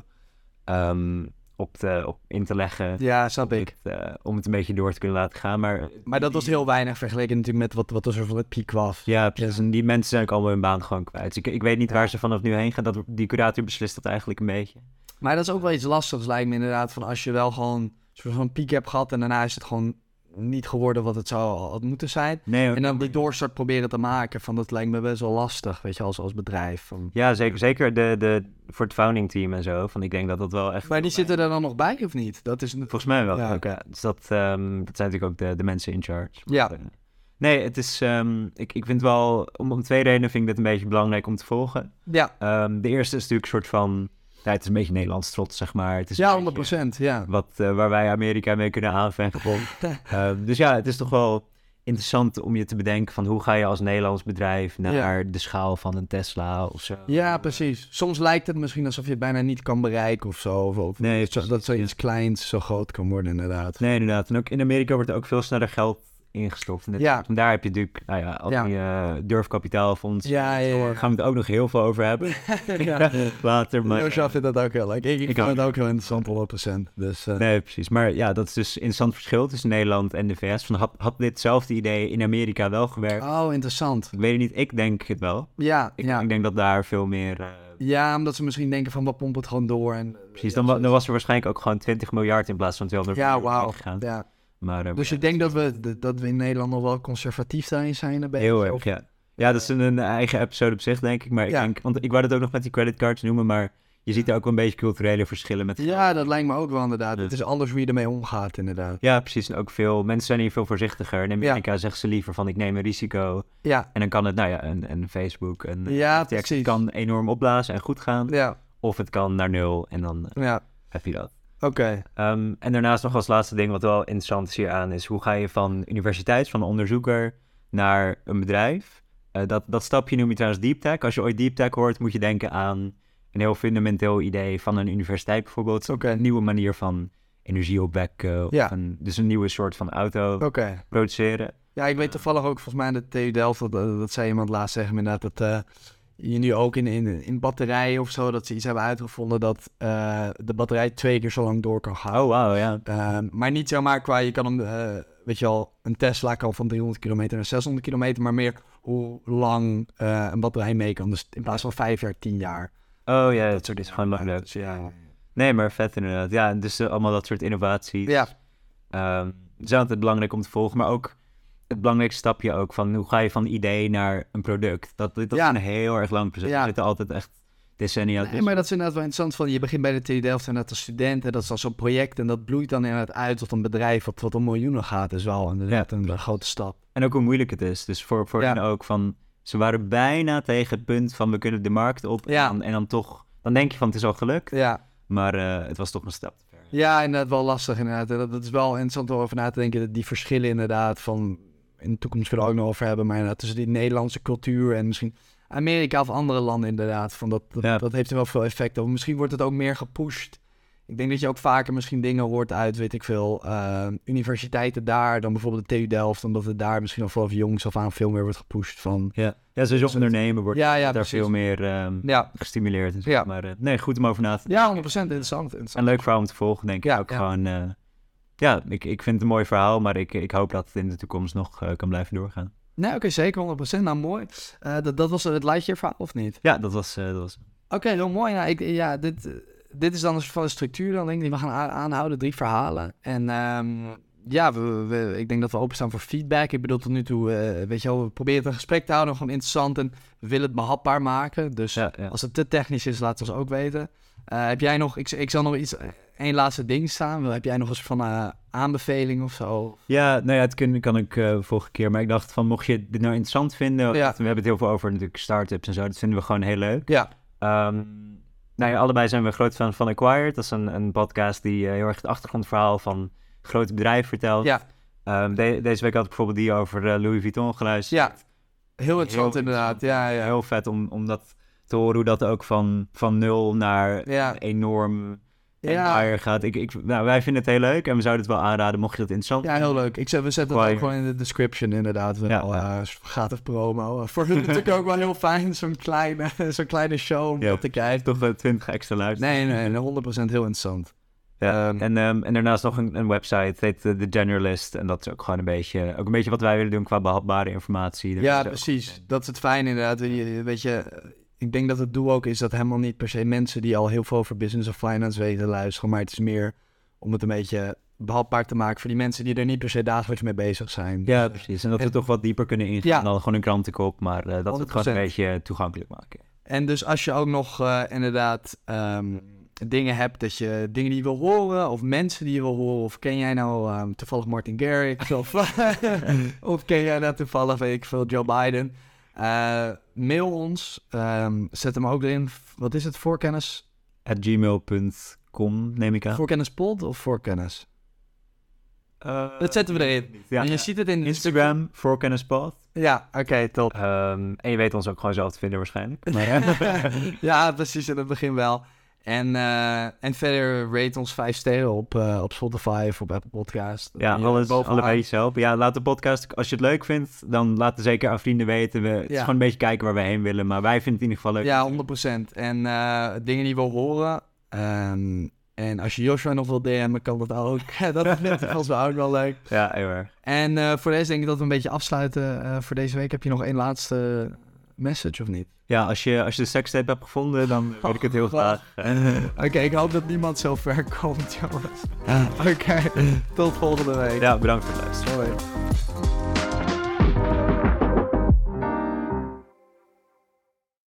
Um, Op, te, op in te leggen. Ja, snap om ik. Het, uh, om het een beetje door te kunnen laten gaan. Maar, maar dat was heel weinig vergeleken natuurlijk met wat, wat er van het piek was. Ja, precies. Ja. En die mensen zijn ook allemaal hun baan gewoon kwijt. Dus ik, ik weet niet ja. waar ze vanaf nu heen gaan. Dat, die curator beslist dat eigenlijk een beetje. Maar dat is ook wel iets lastigs, lijkt me inderdaad. Van als je wel gewoon een soort van piek hebt gehad en daarna is het gewoon niet geworden wat het zou had moeten zijn. Nee, en dan die doorstart proberen te maken. Van dat lijkt me best wel lastig, weet je, als, als bedrijf. Van... Ja, zeker. Zeker de, de, voor het founding team en zo. Van, ik denk dat dat wel echt... Maar die zitten er dan nog bij, of niet? Dat is... Volgens mij wel. Ja, okay. Dus dat, um, dat zijn natuurlijk ook de, de mensen in charge. Ja. Maar, uh, nee, het is... Um, ik, ik vind wel... Om, om twee redenen vind ik dit een beetje belangrijk om te volgen. Ja. Um, de eerste is natuurlijk een soort van... Ja, het is een beetje Nederlands trots, zeg maar. Het is ja, honderd procent, ja. Wat, uh, waar wij Amerika mee kunnen aanvechten. uh, dus ja, het is toch wel interessant om je te bedenken van hoe ga je als Nederlands bedrijf naar ja. de schaal van een Tesla of zo. Ja, precies. Soms lijkt het misschien alsof je het bijna niet kan bereiken of zo. Of, of nee, zo, dat zoiets kleins zo groot kan worden, inderdaad. Nee, inderdaad. En ook in Amerika wordt er ook veel sneller geld ingestopt. En dit- Ja. en daar heb je natuurlijk, nou ja, al Ja. die uh, durfkapitaalfonds. Ja, ja, ja. Daar gaan we het ook nog heel veel over hebben. ja. Later, maar... Josja vindt dat ook heel leuk. Ik, ik, Ik vind ook. het ook heel interessant, honderd procent. Dus, uh, Nee, precies. Maar ja, dat is dus een interessant verschil tussen Nederland en de V S. Van, had, had ditzelfde idee in Amerika wel gewerkt? oh, interessant. Ik weet het niet, ik denk het wel. Ja, Ik, ja. ik denk dat daar veel meer... Uh, ja, omdat ze misschien denken van, we pompen het gewoon door. En, precies, ja, dan, wa- zoiets. dan was er waarschijnlijk ook gewoon twintig miljard in plaats van tweehonderd Ja, miljard wauw. gegaan. Ja. Maar, uh, Dus je denkt dat we, dat we in Nederland nog wel conservatief daarin zijn? Een beetje, heel of- erg, ja. Ja, dat is een, een eigen episode op zich, denk ik. Maar ik Ja. denk, want ik wou dat ook nog met die creditcards noemen, maar je ziet er ook wel een beetje culturele verschillen met... Ja, dat lijkt me ook wel inderdaad. Ja. Het is anders hoe je ermee omgaat, inderdaad. Ja, precies. En ook veel, mensen zijn hier veel voorzichtiger. In Amerika Ja. zeggen ze liever van, ik neem een risico. Ja, En dan kan het, nou ja, een, een Facebook, een Ja, F T X precies. kan enorm opblazen en goed gaan. ja, Of het kan naar nul en dan uh, ja. heb je dat. Oké. Ehm, en daarnaast nog als laatste ding wat wel interessant is hier aan is, hoe ga je van universiteit, van onderzoeker, naar een bedrijf? Uh, dat, dat stapje noem je trouwens deep tech. Als je ooit deep tech hoort, moet je denken aan een heel fundamenteel idee van een universiteit bijvoorbeeld. Oké. Een nieuwe manier van energie opwekken. Ja. Of een, dus een nieuwe soort van auto Oké. produceren. Ja, ik weet toevallig ook volgens mij aan de T U Delft, dat, dat zei iemand laatst zeggen, inderdaad, dat uh, je nu ook in, in, in batterijen of zo, dat ze iets hebben uitgevonden dat uh, de batterij twee keer zo lang door kan gaan. Oh, wauw, ja. Uh, maar niet zomaar qua, je kan hem, uh, weet je al, een Tesla kan van driehonderd kilometer naar zeshonderd kilometer, maar meer hoe lang uh, een batterij mee kan. Dus in plaats van vijf jaar, tien jaar. Oh ja, Dat het is gewoon lang leuk. Dus ja. Nee, maar vet inderdaad. Ja, dus uh, allemaal dat soort innovaties. Ja. Um, het is altijd belangrijk om te volgen, maar ook het belangrijkste stapje ook van hoe ga je van idee naar een product. Dat, dat Ja. is een heel erg lang proces. Ja. Er zitten altijd echt decennia Nee, tussen. maar dat is inderdaad wel interessant. Van, je begint bij de T U Delft en dat als student en dat is dan zo'n project en dat bloeit dan inderdaad uit tot een bedrijf wat, wat om miljoenen gaat. Dat is wel inderdaad een, een grote stap. En ook hoe moeilijk het is. Dus voor, voor Ja. hen ook van, ze waren bijna tegen het punt van we kunnen de markt op. Ja. En, dan, en dan toch, dan denk je van het is al gelukt. Ja. Maar uh, het was toch een stap te ver. Ja, inderdaad wel lastig inderdaad. En Dat, dat is wel interessant om over na te denken. Dat die verschillen inderdaad van, in de toekomst willen we het ook nog over hebben, maar inderdaad tussen die Nederlandse cultuur en misschien Amerika of andere landen inderdaad. Van dat, dat, Ja. dat heeft er wel veel effect op. Misschien wordt het ook meer gepusht. Ik denk dat je ook vaker misschien dingen hoort uit, weet ik veel, uh, universiteiten daar dan bijvoorbeeld de T U Delft, omdat het daar misschien al vanaf jongs af aan veel meer wordt gepusht van. Ja, ja zoals ondernemen wordt Ja, ja, daar precies. veel meer um, Ja, gestimuleerd. En zo. Ja. Maar uh, nee, goed om over na te denken. ja, honderd procent interessant. interessant. En leuk verhaal om te volgen, denk ik. Ja, ook ja. gewoon, uh, ja, ik, ik vind het een mooi verhaal, maar ik, ik hoop dat het in de toekomst nog uh, kan blijven doorgaan. Nee, oké, zeker, honderd procent. Nou, mooi. Uh, dat, dat was het Lightyear verhaal, of niet? Ja, dat was... Uh, dat was... Oké, okay, heel mooi. Nou, ik, ja, dit, uh, dit is dan een soort van structuur dan, denk ik, die we gaan a- aanhouden. Drie verhalen. En um, ja, we, we, ik denk dat we openstaan voor feedback. Ik bedoel, tot nu toe, uh, weet je wel, we proberen het een gesprek te houden, gewoon interessant. En we willen het behapbaar maken. Dus Ja, ja. als het te technisch is, laat het ons ook weten. Uh, heb jij nog, ik, ik zal nog iets, één laatste ding staan. Heb jij nog eens van uh, aanbeveling of zo? Ja, nou ja, het kun, kan ik uh, vorige keer. Maar ik dacht van, mocht je dit nou interessant vinden... Ja. We hebben het heel veel over natuurlijk start-ups en zo. Dat vinden we gewoon heel leuk. Ja. Um, nou ja, allebei zijn we groot fan van Acquired. Dat is een, een podcast die uh, heel erg het achtergrondverhaal van grote bedrijven vertelt. Ja. Um, de, deze week had ik bijvoorbeeld die over uh, Louis Vuitton geluisterd. Ja, heel interessant Heel inderdaad. Ja, ja. Heel vet om, om dat te horen, hoe dat ook van, van nul naar Ja. een enorm Ja. empire gaat. Ik, ik, nou, wij vinden het heel leuk en we zouden het wel aanraden, mocht je dat interessant Ja, heel leuk. Ik zet, we zetten het Quite. ook gewoon in de description inderdaad. Wel, Ja, uh, ja. gratis promo. Voor hun natuurlijk ook wel heel fijn, zo'n kleine, zo'n kleine show om Ja, dat te kijken. toch uh, twintig extra luisteren. Nee, nee, nee, honderd procent heel interessant. Ja. Ehm, en, um, en daarnaast nog een, een website, het heet uh, The Generalist. En dat is ook gewoon een beetje, ook een beetje wat wij willen doen qua behapbare informatie. ja, Dus, uh, precies. Dat is het fijn inderdaad. Je- Weet je, ik denk dat het doel ook is dat helemaal niet per se mensen die al heel veel over business of finance weten luisteren. Maar het is meer om het een beetje behapbaar te maken voor die mensen die er niet per se dagelijks mee bezig zijn. Ja, precies. En dat we En- toch wat dieper kunnen ingaan Ja. dan gewoon een krantenkop. Maar uh, dat we het honderd gewoon een procent. beetje toegankelijk maken. En dus als je ook nog uh, inderdaad um, dingen hebt, dat je dingen die je wil horen, of mensen die je wil horen, of ken jij nou um, toevallig Martin Garrix, of, of ken jij nou toevallig, weet ik veel, Joe Biden, uh, mail ons, um, zet hem ook erin. Wat is het, voorkennis? at gmail punt com neem ik aan. Voorkennispod of voorkennis? Uh, Dat zetten we erin. Ja. En je ziet het in de Instagram, voorkennispod. Ja, oké, okay, top. Um, en je weet ons ook gewoon zelf te vinden waarschijnlijk. Maar, ja, precies, in het begin wel. En, uh, en verder rate ons vijf sterren op, uh, op Spotify of op Apple Podcast. Ja, alles, allebei zelf. Ja, laat de podcast, als je het leuk vindt, dan laat het zeker aan vrienden weten. We, het ja. is gewoon een beetje kijken waar we heen willen, maar wij vinden het in ieder geval leuk. Ja, honderd procent. En uh, dingen die we horen. Um, en als je Joshua nog wil D M'en, kan dat ook. Dat is net als we ook wel leuk. Ja, heel erg. En uh, voor deze denk ik dat we een beetje afsluiten. Uh, voor deze week heb je nog één laatste message, of niet? Ja, als je, als je de sekstape hebt gevonden, dan weet ik het heel graag. Oké, okay, ik hoop dat niemand zo ver komt, jongens. Oké, okay, tot volgende week. Ja, bedankt voor het luisteren. Hoi.